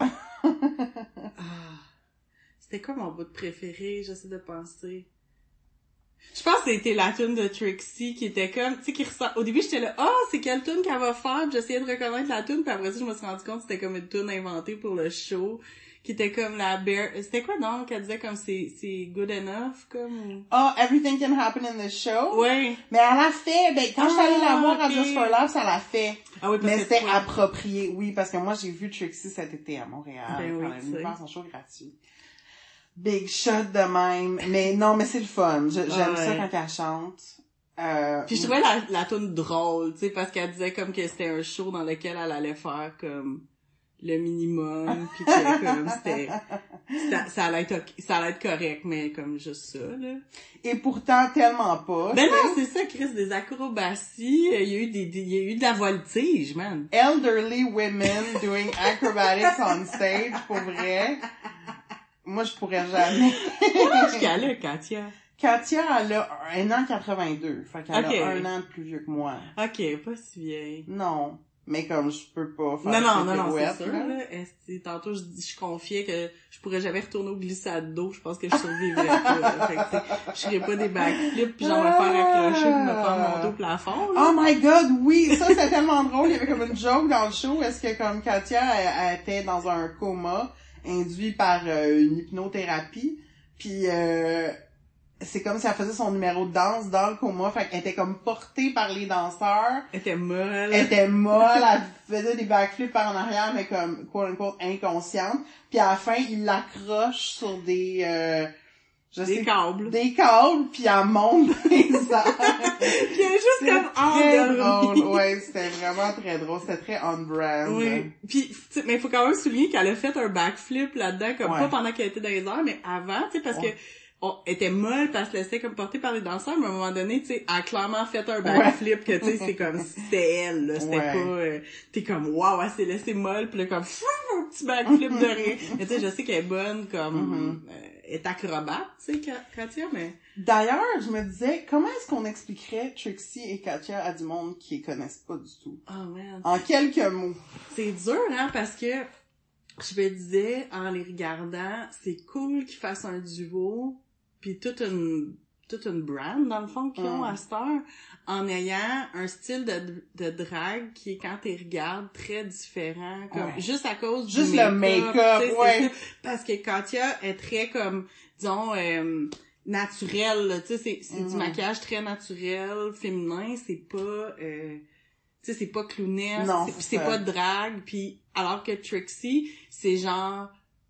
C'était quoi mon bout de préféré? J'essaie de penser. Je pense que c'était la tune de Trixie qui était comme, tu sais, qui ressort. Au début, j'étais là, c'est quelle tune qu'elle va faire? Puis j'essayais de reconnaître la tune, puis après ça, je me suis rendu compte que c'était comme une tune inventée pour le show, qui était comme la bear. C'était quoi donc? Elle disait comme c'est good enough, comme. Everything can happen in the show? Oui. Mais elle a fait, quand je suis allée la voir à Just for Laughs, elle a fait. Ah oui, parce mais que c'était approprié, oui, parce que moi, j'ai vu Trixie cet été à Montréal. Ben oui, elle est venue tu sais. faire son show gratuit. Big shot de même. Mais non, mais c'est le fun. J'aime ça quand elle chante. Puis je trouvais la toune drôle, tu sais, parce qu'elle disait comme que c'était un show dans lequel elle allait faire comme le minimum, puis que comme ça allait être correct, mais comme juste ça, là. Et pourtant, tellement pas. Ben non, c'est ça, Chris, des acrobaties, il y a eu de la voltige, man. Elderly women doing acrobatics on stage, pour vrai. Moi, je pourrais jamais. Quel âge qu'elle a, Katia? Katia, elle a 1 an 82. Fait qu'elle Ok. a 1 an de plus vieux que moi. Ok, pas si vieille. Non. Mais comme je peux pas faire Non, ces c'est pirouettes, sûr, là. là. Tantôt, je confiais que je pourrais jamais retourner au glissade d'eau. Je pense que je survivrais pas, là. Fait que, tu sais, je ferais pas des backflips pis genre me faire accrocher pis me faire monter au plafond, là. Oh my god, oui! Ça, c'est tellement drôle. Il y avait comme une joke dans le show. Est-ce que comme Katia, elle était dans un coma induit par une hypnothérapie. Puis c'est comme si elle faisait son numéro de danse dans le coma. Fait qu'elle était comme portée par les danseurs. Elle était molle. Elle était molle, elle faisait des backflips par en arrière, mais comme, quote-unquote, inconsciente. Puis à la fin, il l'accroche sur des câbles. Des câbles, puis elle monte dans les airs. Puis elle est juste comme Très endormie. drôle, ouais, c'était vraiment très drôle. C'était très on-brand. Oui. Puis, tu sais, mais il faut quand même souligner qu'elle a fait un backflip là-dedans, comme Ouais. pas pendant qu'elle était dans les airs, mais avant, tu sais, parce que elle était molle, parce qu'elle se laissait comme porter par les danseurs, mais à un moment donné, tu sais, elle a clairement fait un backflip que, tu sais, c'est comme si c'était elle, là. C'était pas, t'es comme, waouh, elle s'est laissée molle, pis là, comme, un petit backflip de rien. Mais tu sais, je sais qu'elle est bonne, comme, est acrobate, tu sais, Katia, mais... D'ailleurs, je me disais, comment est-ce qu'on expliquerait Trixie et Katia à du monde qui les connaissent pas du tout? Oh, man. En quelques mots. C'est dur, hein, parce que je me disais, en les regardant, c'est cool qu'ils fassent un duo, puis toute une brand, dans le fond, qu'ils ont à cette heure, en ayant un style de drague qui est, quand tu regardes, très différent, comme, juste à cause du Juste le make-up, tu sais, ouais. c'est ça. Parce que Katia est très comme, disons, naturel, là, tu sais, c'est du maquillage très naturel, féminin, c'est pas, tu sais, c'est pas clownesque, Non, c'est pas drague, puis alors que Trixie, c'est genre,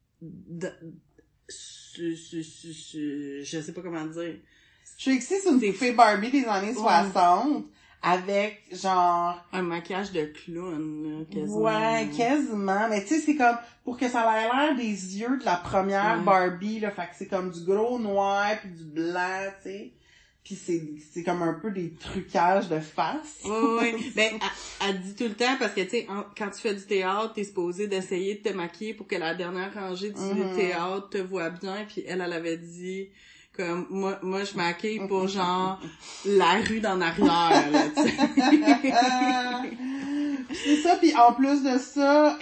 je sais pas comment dire. Trixie, c'est une poupée Barbie des années 60, avec genre... Un maquillage de clown, là, quasiment. Ouais, quasiment. Mais tu sais, c'est comme, pour que ça ait l'air des yeux de la première Barbie, là, fait que c'est comme du gros noir puis du blanc, tu sais. Puis c'est comme un peu des trucages de face. Oui. Ben, elle dit tout le temps, parce que, tu sais, quand tu fais du théâtre, t'es supposé d'essayer de te maquiller pour que la dernière rangée du théâtre te voit bien, puis elle avait dit, comme, moi, je maquille pour, genre, la rue d'en arrière, là, tu sais. C'est ça, puis en plus de ça,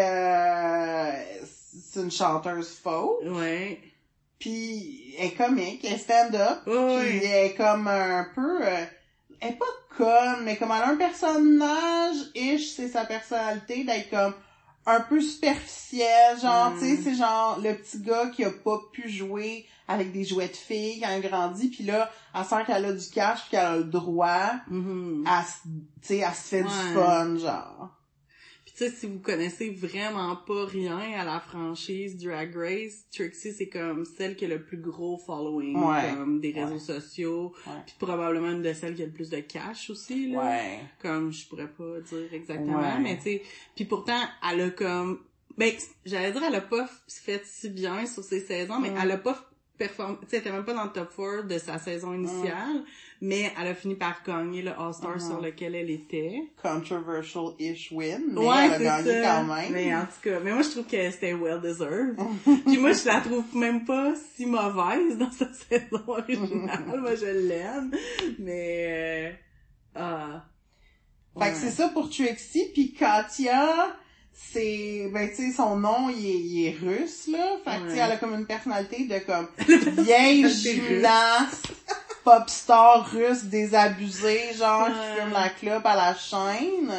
c'est une chanteuse folk. Ouais. Puis elle est comique, elle est stand-up, Oui. puis elle est comme un peu... elle est pas conne, mais comme elle a un personnage-ish, c'est sa personnalité d'être comme un peu superficielle, genre, tu sais, c'est genre le petit gars qui a pas pu jouer avec des jouets de filles quand il grandit, puis là, elle sent qu'elle a du cash, puis qu'elle a le droit, tu sais, elle se fait du fun, genre. Puis tu sais, si vous connaissez vraiment pas rien à la franchise Drag Race, Trixie, c'est comme celle qui a le plus gros following, comme des réseaux sociaux, puis probablement une de celles qui a le plus de cash aussi, là. Ouais. Comme, je pourrais pas dire exactement, mais tu sais, puis pourtant, elle a comme, ben, j'allais dire, elle a pas fait si bien sur ses saisons, mais elle a pas performé, tu sais, elle était même pas dans le top 4 de sa saison initiale, mais elle a fini par gagner le All-Star sur lequel elle était. Controversial-ish win, mais ouais, elle a gagné ça. quand même. Mais en tout cas, mais moi je trouve que c'était well-deserved. Puis moi je la trouve même pas si mauvaise dans sa saison originale. Moi je l'aime, mais Fait que c'est ça pour Trixie, puis Katia, c'est, ben tu sais, son nom, il est russe, là. Fait que tu sais, elle a comme une personnalité de comme vieille gymnaste, pop star russe désabusée, genre, qui fume la clope à la chaîne.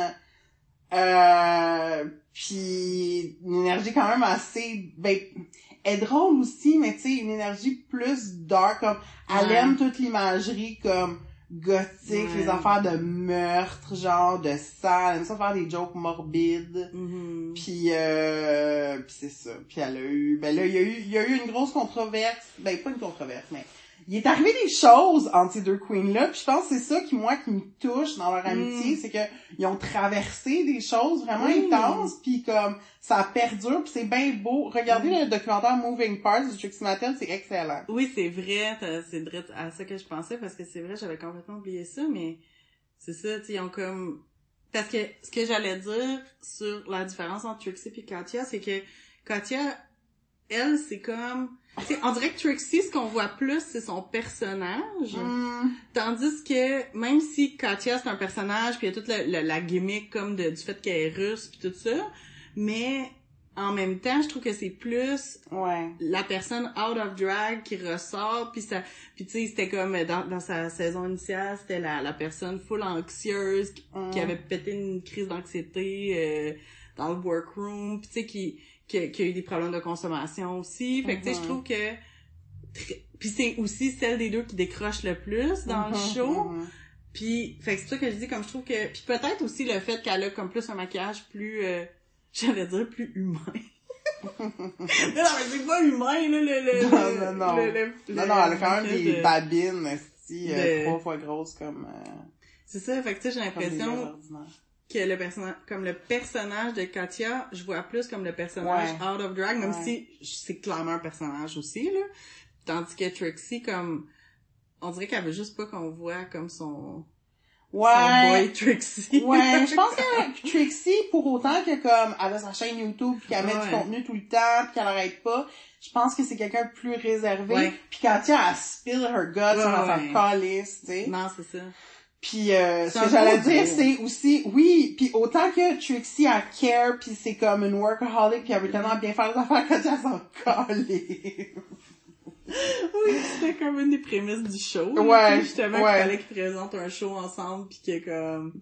Puis une énergie quand même assez, ben, elle est drôle aussi, mais tu sais, une énergie plus dark, comme, elle aime toute l'imagerie comme gothique, les affaires de meurtre, genre, de sang, elle aime ça faire des jokes morbides. Puis c'est ça. Puis elle a eu, ben là, il y a eu une grosse controverse, ben pas une controverse, mais il est arrivé des choses entre ces deux queens-là, puis je pense que c'est ça qui me touche dans leur amitié, c'est que ils ont traversé des choses vraiment intenses, puis comme ça perdure, puis c'est bien beau. Regardez le documentaire Moving Parts de Trixie Mattel, c'est excellent. Oui, c'est vrai, c'est à ça que je pensais, parce que c'est vrai, j'avais complètement oublié ça, mais c'est ça, tu sais, ils ont comme... Parce que ce que j'allais dire sur la différence entre Trixie et Katya, c'est que Katya, elle, c'est comme... T'sais, on dirait que Trixie, ce qu'on voit plus, c'est son personnage. Tandis que, même si Katya, c'est un personnage, puis il y a toute la gimmick comme du fait qu'elle est russe, puis tout ça, mais en même temps, je trouve que c'est plus la personne out of drag qui ressort, puis tu sais, c'était comme dans sa saison initiale, c'était la personne full anxieuse qui avait pété une crise d'anxiété dans le workroom, puis tu sais, qui a eu des problèmes de consommation aussi. Fait que tu sais, je trouve que puis c'est aussi celle des deux qui décroche le plus dans le show. Puis fait que c'est ça que je dis, comme je trouve que... Puis peut-être aussi le fait qu'elle a comme plus un maquillage plus... j'allais dire plus humain. non, mais c'est pas humain, là, non, elle a quand même des babines, 3 fois grosses comme... C'est ça, fait que tu sais, j'ai l'impression que le personnage de Katya, je vois plus comme le personnage out of drag, même si c'est clairement un personnage aussi, là. Tandis que Trixie, comme, on dirait qu'elle veut juste pas qu'on voit comme son boy Trixie. Ouais, je pense que Trixie, pour autant que comme, elle a sa chaîne YouTube pis qu'elle met du contenu tout le temps pis qu'elle arrête pas, je pense que c'est quelqu'un de plus réservé. Ouais. Pis Katya, elle spill her guts dans sa calice, tu sais. Non, c'est ça. Puis ce que j'allais dire, c'est aussi, puis autant que Trixie, elle care, puis c'est comme une workaholic, puis elle veut tellement bien faire les affaires, Katya, elle s'en calisse. Oui, c'était comme une des prémices du show. Ouais. Justement, qu'il fallait qu'ils présentent un show ensemble, pis que comme...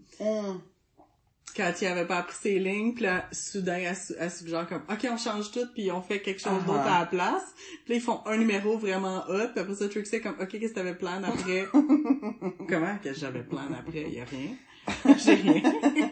Katya avait pas appris ses lignes, pis là, soudain, elle suggère comme, OK, on change tout, pis on fait quelque chose d'autre à la place. Pis là, ils font un numéro vraiment hot, pis après ça, Trixie est comme, OK, qu'est-ce que t'avais plan après? Comment que j'avais plan après? Y a rien. J'ai rien.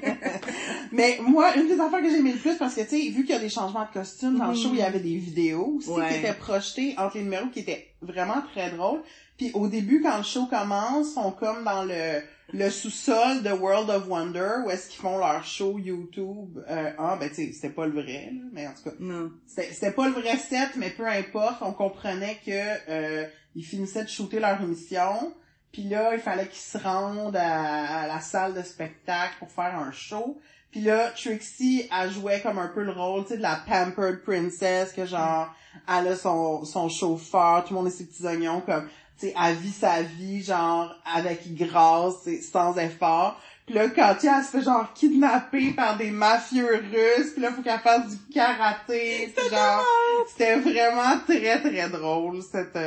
Mais moi, une des affaires que j'ai aimé le plus, parce que, tu sais, vu qu'il y a des changements de costumes dans le show, il y avait des vidéos aussi qui étaient projetées entre les numéros, qui étaient vraiment très drôles. Puis au début, quand le show commence, ils sont comme dans le sous-sol de World of Wonder, où est-ce qu'ils font leur show YouTube. Ben tu sais, c'était pas le vrai, là, mais en tout cas, c'était pas le vrai set, mais peu importe, on comprenait que ils finissaient de shooter leur émission, puis là, il fallait qu'ils se rendent à la salle de spectacle pour faire un show. Puis là, Trixie, elle jouait comme un peu le rôle, tu sais, de la pampered princess, que genre, elle a son chauffeur, tout le monde a ses petits oignons, comme, tu sais, elle vit sa vie, genre, avec grâce, sans effort. Puis là, Katya, elle se fait genre kidnapper par des mafieux russes, puis là, faut qu'elle fasse du karaté, puis genre, c'était vraiment très, très drôle,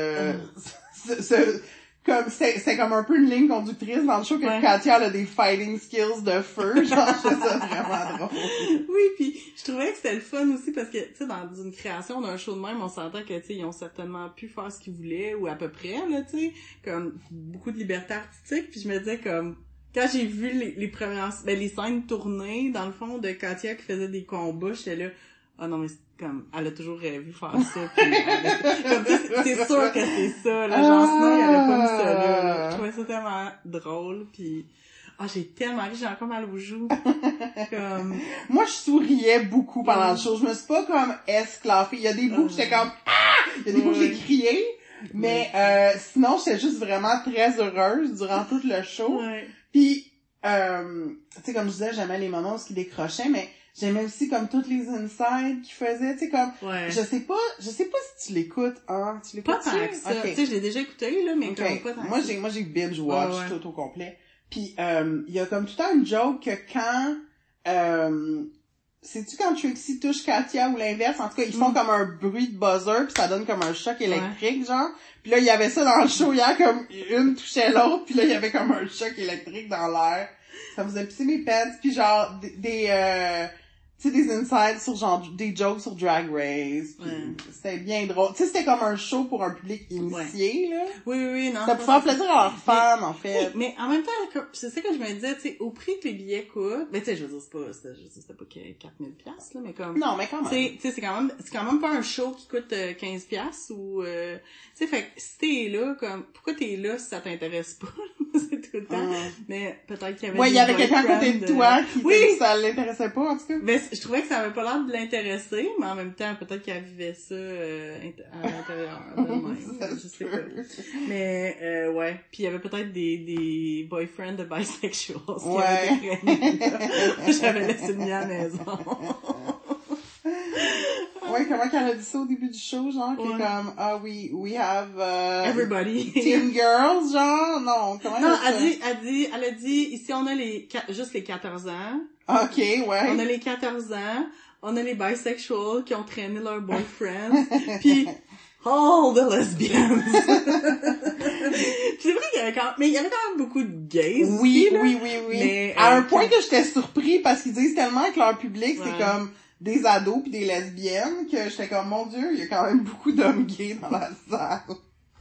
comme c'est comme un peu une ligne conductrice dans le show que Katya elle a des fighting skills de feu, genre je trouve ça vraiment drôle. Oui, puis je trouvais que c'était le fun aussi parce que tu sais dans une création d'un show de même, on s'entend que tu sais ils ont certainement pu faire ce qu'ils voulaient ou à peu près là, tu sais, comme beaucoup de liberté artistique, puis je me disais comme quand j'ai vu les premières les scènes tournées dans le fond de Katya qui faisait des combats, j'étais là ah non mais comme elle a toujours vu faire ça comme c'est sûr que c'est ça là, genre sinon il avait pas mis ça là. Je trouvais ça tellement drôle puis j'ai tellement ri, j'ai encore mal aux joues. Comme moi je souriais beaucoup pendant le show, je me suis pas comme esclaffée, il y a des bouts que j'étais comme il y a des bouts que j'ai crié mais sinon j'étais juste vraiment très heureuse durant tout le show. Puis tu sais comme je disais, j'aimais les moments où ils décrochaient, mais j'aimais aussi comme toutes les insides qu'ils faisaient, tu sais comme je sais pas si tu l'écoutes, hein, tu l'écoutes pas tant que ça. Tu sais je l'ai déjà écouté là, mais comme pas tant. Moi j'ai binge watch tout au complet. Puis il y a comme tout le temps une joke que quand sais-tu quand Trixie touche Katya ou l'inverse, en tout cas ils font comme un bruit de buzzer puis ça donne comme un choc électrique genre. Puis là il y avait ça dans le show hier, comme une touchait l'autre, puis là il y avait comme un choc électrique dans l'air. Ça me faisait pisser mes pants, puis genre des tu tu sais, des insights sur genre des jokes sur Drag Race. C'était bien drôle. Tu sais, c'était comme un show pour un public initié, là. Oui, non. Ça peut faire plaisir à leurs fans, en fait. Mais en même temps, c'est ça que je me disais, tu sais, au prix que les billets coûtent, mais tu sais, je veux dire, c'était pas 4000 $, là, mais comme. Non, mais quand même. Tu sais, c'est quand même pas un show qui coûte 15 $ ou, tu sais, fait que si t'es là, comme, pourquoi t'es là si ça t'intéresse pas? C'est tout le temps. Mais peut-être qu'il y avait il y avait quelqu'un à côté de toi qui ça l'intéressait pas, en tout cas. Mais je trouvais que ça avait pas l'air de l'intéresser, mais en même temps, peut-être qu'elle vivait ça à l'intérieur d'elle-même. Je sais pas. Mais ouais. Puis il y avait peut-être des boyfriends de bisexuals. Ouais. J'avais laissé le mien à la maison. Ouais, comment qu'elle a dit ça au début du show, genre, qui est comme, we have, everybody. Teen girls, genre, non, comment non, elle a dit, ici on a juste les 14 ans. Ok, ouais. On a les 14 ans, on a les bisexuals qui ont traîné leur boyfriend, puis all the lesbians. C'est vrai qu'il y avait quand même beaucoup de gays. Oui, aussi, oui. Mais, à un point que j'étais surpris parce qu'ils disent tellement que leur public, c'est comme des ados pis des lesbiennes que j'étais comme, mon Dieu, il y a quand même beaucoup d'hommes gays dans la salle.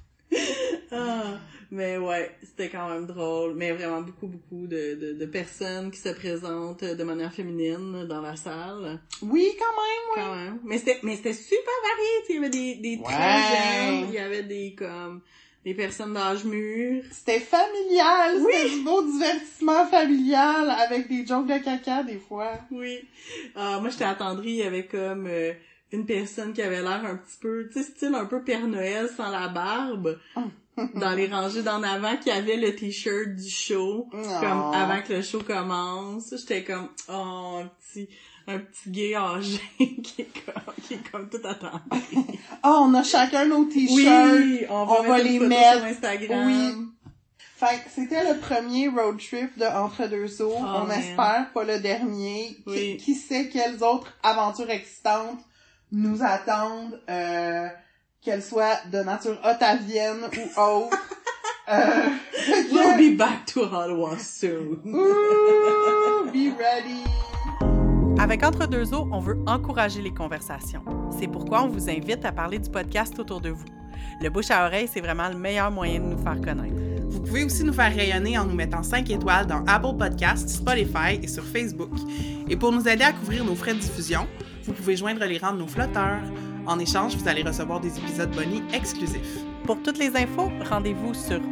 Mais ouais, c'était quand même drôle. Mais vraiment beaucoup de personnes qui se présentent de manière féminine dans la salle. Oui, quand même, Quand même. Mais c'était super varié. Il y avait des très jeunes, il y avait des personnes d'âge mur. C'était familial, c'était du beau divertissement familial avec des jokes de caca des fois. Oui. Moi, j'étais attendrie, il y avait comme une personne qui avait l'air un petit peu, tu sais, style un peu Père Noël sans la barbe. Dans les rangées d'en avant, qui avait le t-shirt du show, comme avant que le show commence. J'étais comme, un petit gay âgé qui est comme tout attendu. On a chacun nos t-shirts. Oui, on va les mettre sur Instagram. Oui. Fait que c'était le premier road trip de Entre deux eaux. On espère pas le dernier. Oui. Qui sait quelles autres aventures excitantes nous attendent, qu'elles soient de nature ottavienne ou autre. We'll be back to Ottawa soon. Ooh, be ready. Avec Entre deux eaux, on veut encourager les conversations. C'est pourquoi on vous invite à parler du podcast autour de vous. Le bouche à oreille, c'est vraiment le meilleur moyen de nous faire connaître. Vous pouvez aussi nous faire rayonner en nous mettant 5 étoiles dans Apple Podcasts, Spotify et sur Facebook. Et pour nous aider à couvrir nos frais de diffusion, vous pouvez joindre les rangs de nos flotteurs. En échange, vous allez recevoir des épisodes bonus exclusifs. Pour toutes les infos, rendez-vous sur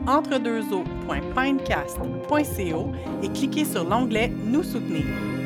entredeuxeaux.pinecast.co et cliquez sur l'onglet « Nous soutenir ».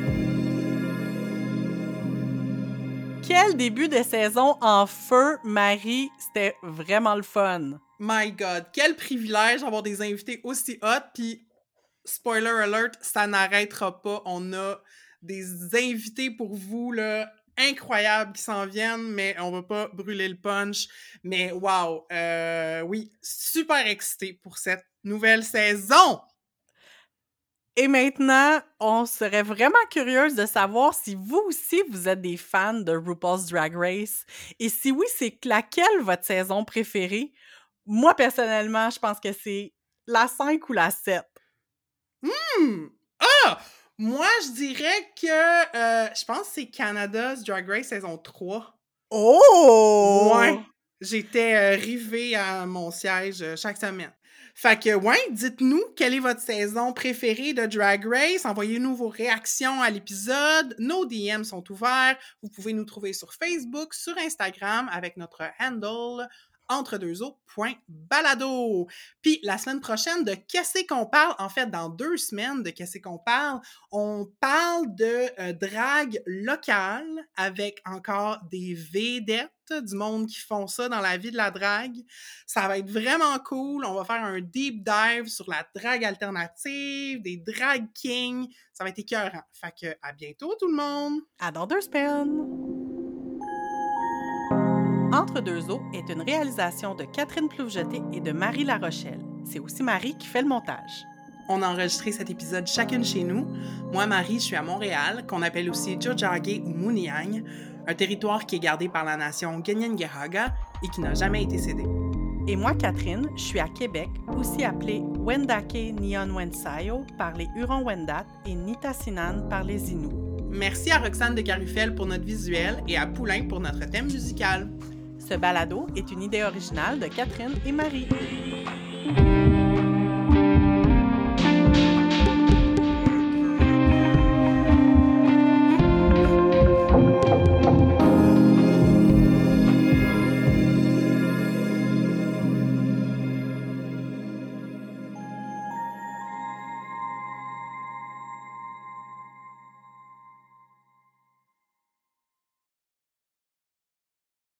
Quel début de saison en feu, Marie! C'était vraiment le fun! My God, quel privilège d'avoir des invités aussi hot, puis spoiler alert, ça n'arrêtera pas. On a des invités pour vous, là, incroyables qui s'en viennent, mais on va pas brûler le punch. Mais wow, oui, super excité pour cette nouvelle saison! Et maintenant, on serait vraiment curieuse de savoir si vous aussi, vous êtes des fans de RuPaul's Drag Race. Et si oui, c'est laquelle votre saison préférée? Moi, personnellement, je pense que c'est la 5 ou la 7. Moi, je dirais que je pense que c'est Canada's Drag Race saison 3. Oh! Ouais! J'étais rivée à mon siège chaque semaine. Fait que, ouais, dites-nous quelle est votre saison préférée de Drag Race. Envoyez-nous vos réactions à l'épisode. Nos DM sont ouverts. Vous pouvez nous trouver sur Facebook, sur Instagram avec notre handle entredeuxeaux.balado. Puis la semaine prochaine, de qu'est-ce qu'on parle? En fait, dans 2 semaines, de qu'est-ce qu'on parle? On parle de drague locale avec encore des vedettes, du monde qui font ça dans la vie de la drague. Ça va être vraiment cool. On va faire un deep dive sur la drague alternative, des drag kings. Ça va être écœurant. Fait que à bientôt tout le monde! À dans 2 semaines! Entre deux eaux est une réalisation de Catherine Plouvejeté et de Marie Larochelle. C'est aussi Marie qui fait le montage. On a enregistré cet épisode chacune chez nous. Moi, Marie, je suis à Montréal, qu'on appelle aussi Tiohtià:ke ou Muniang, un territoire qui est gardé par la nation Kanien'kehá:ka et qui n'a jamais été cédé. Et moi, Catherine, je suis à Québec, aussi appelée Wendake Nion Wensayo par les Hurons-Wendat et Nitassinan par les Inuits. Merci à Roxane de Carufel pour notre visuel et à Poulain pour notre thème musical. Ce balado est une idée originale de Catherine et Marie.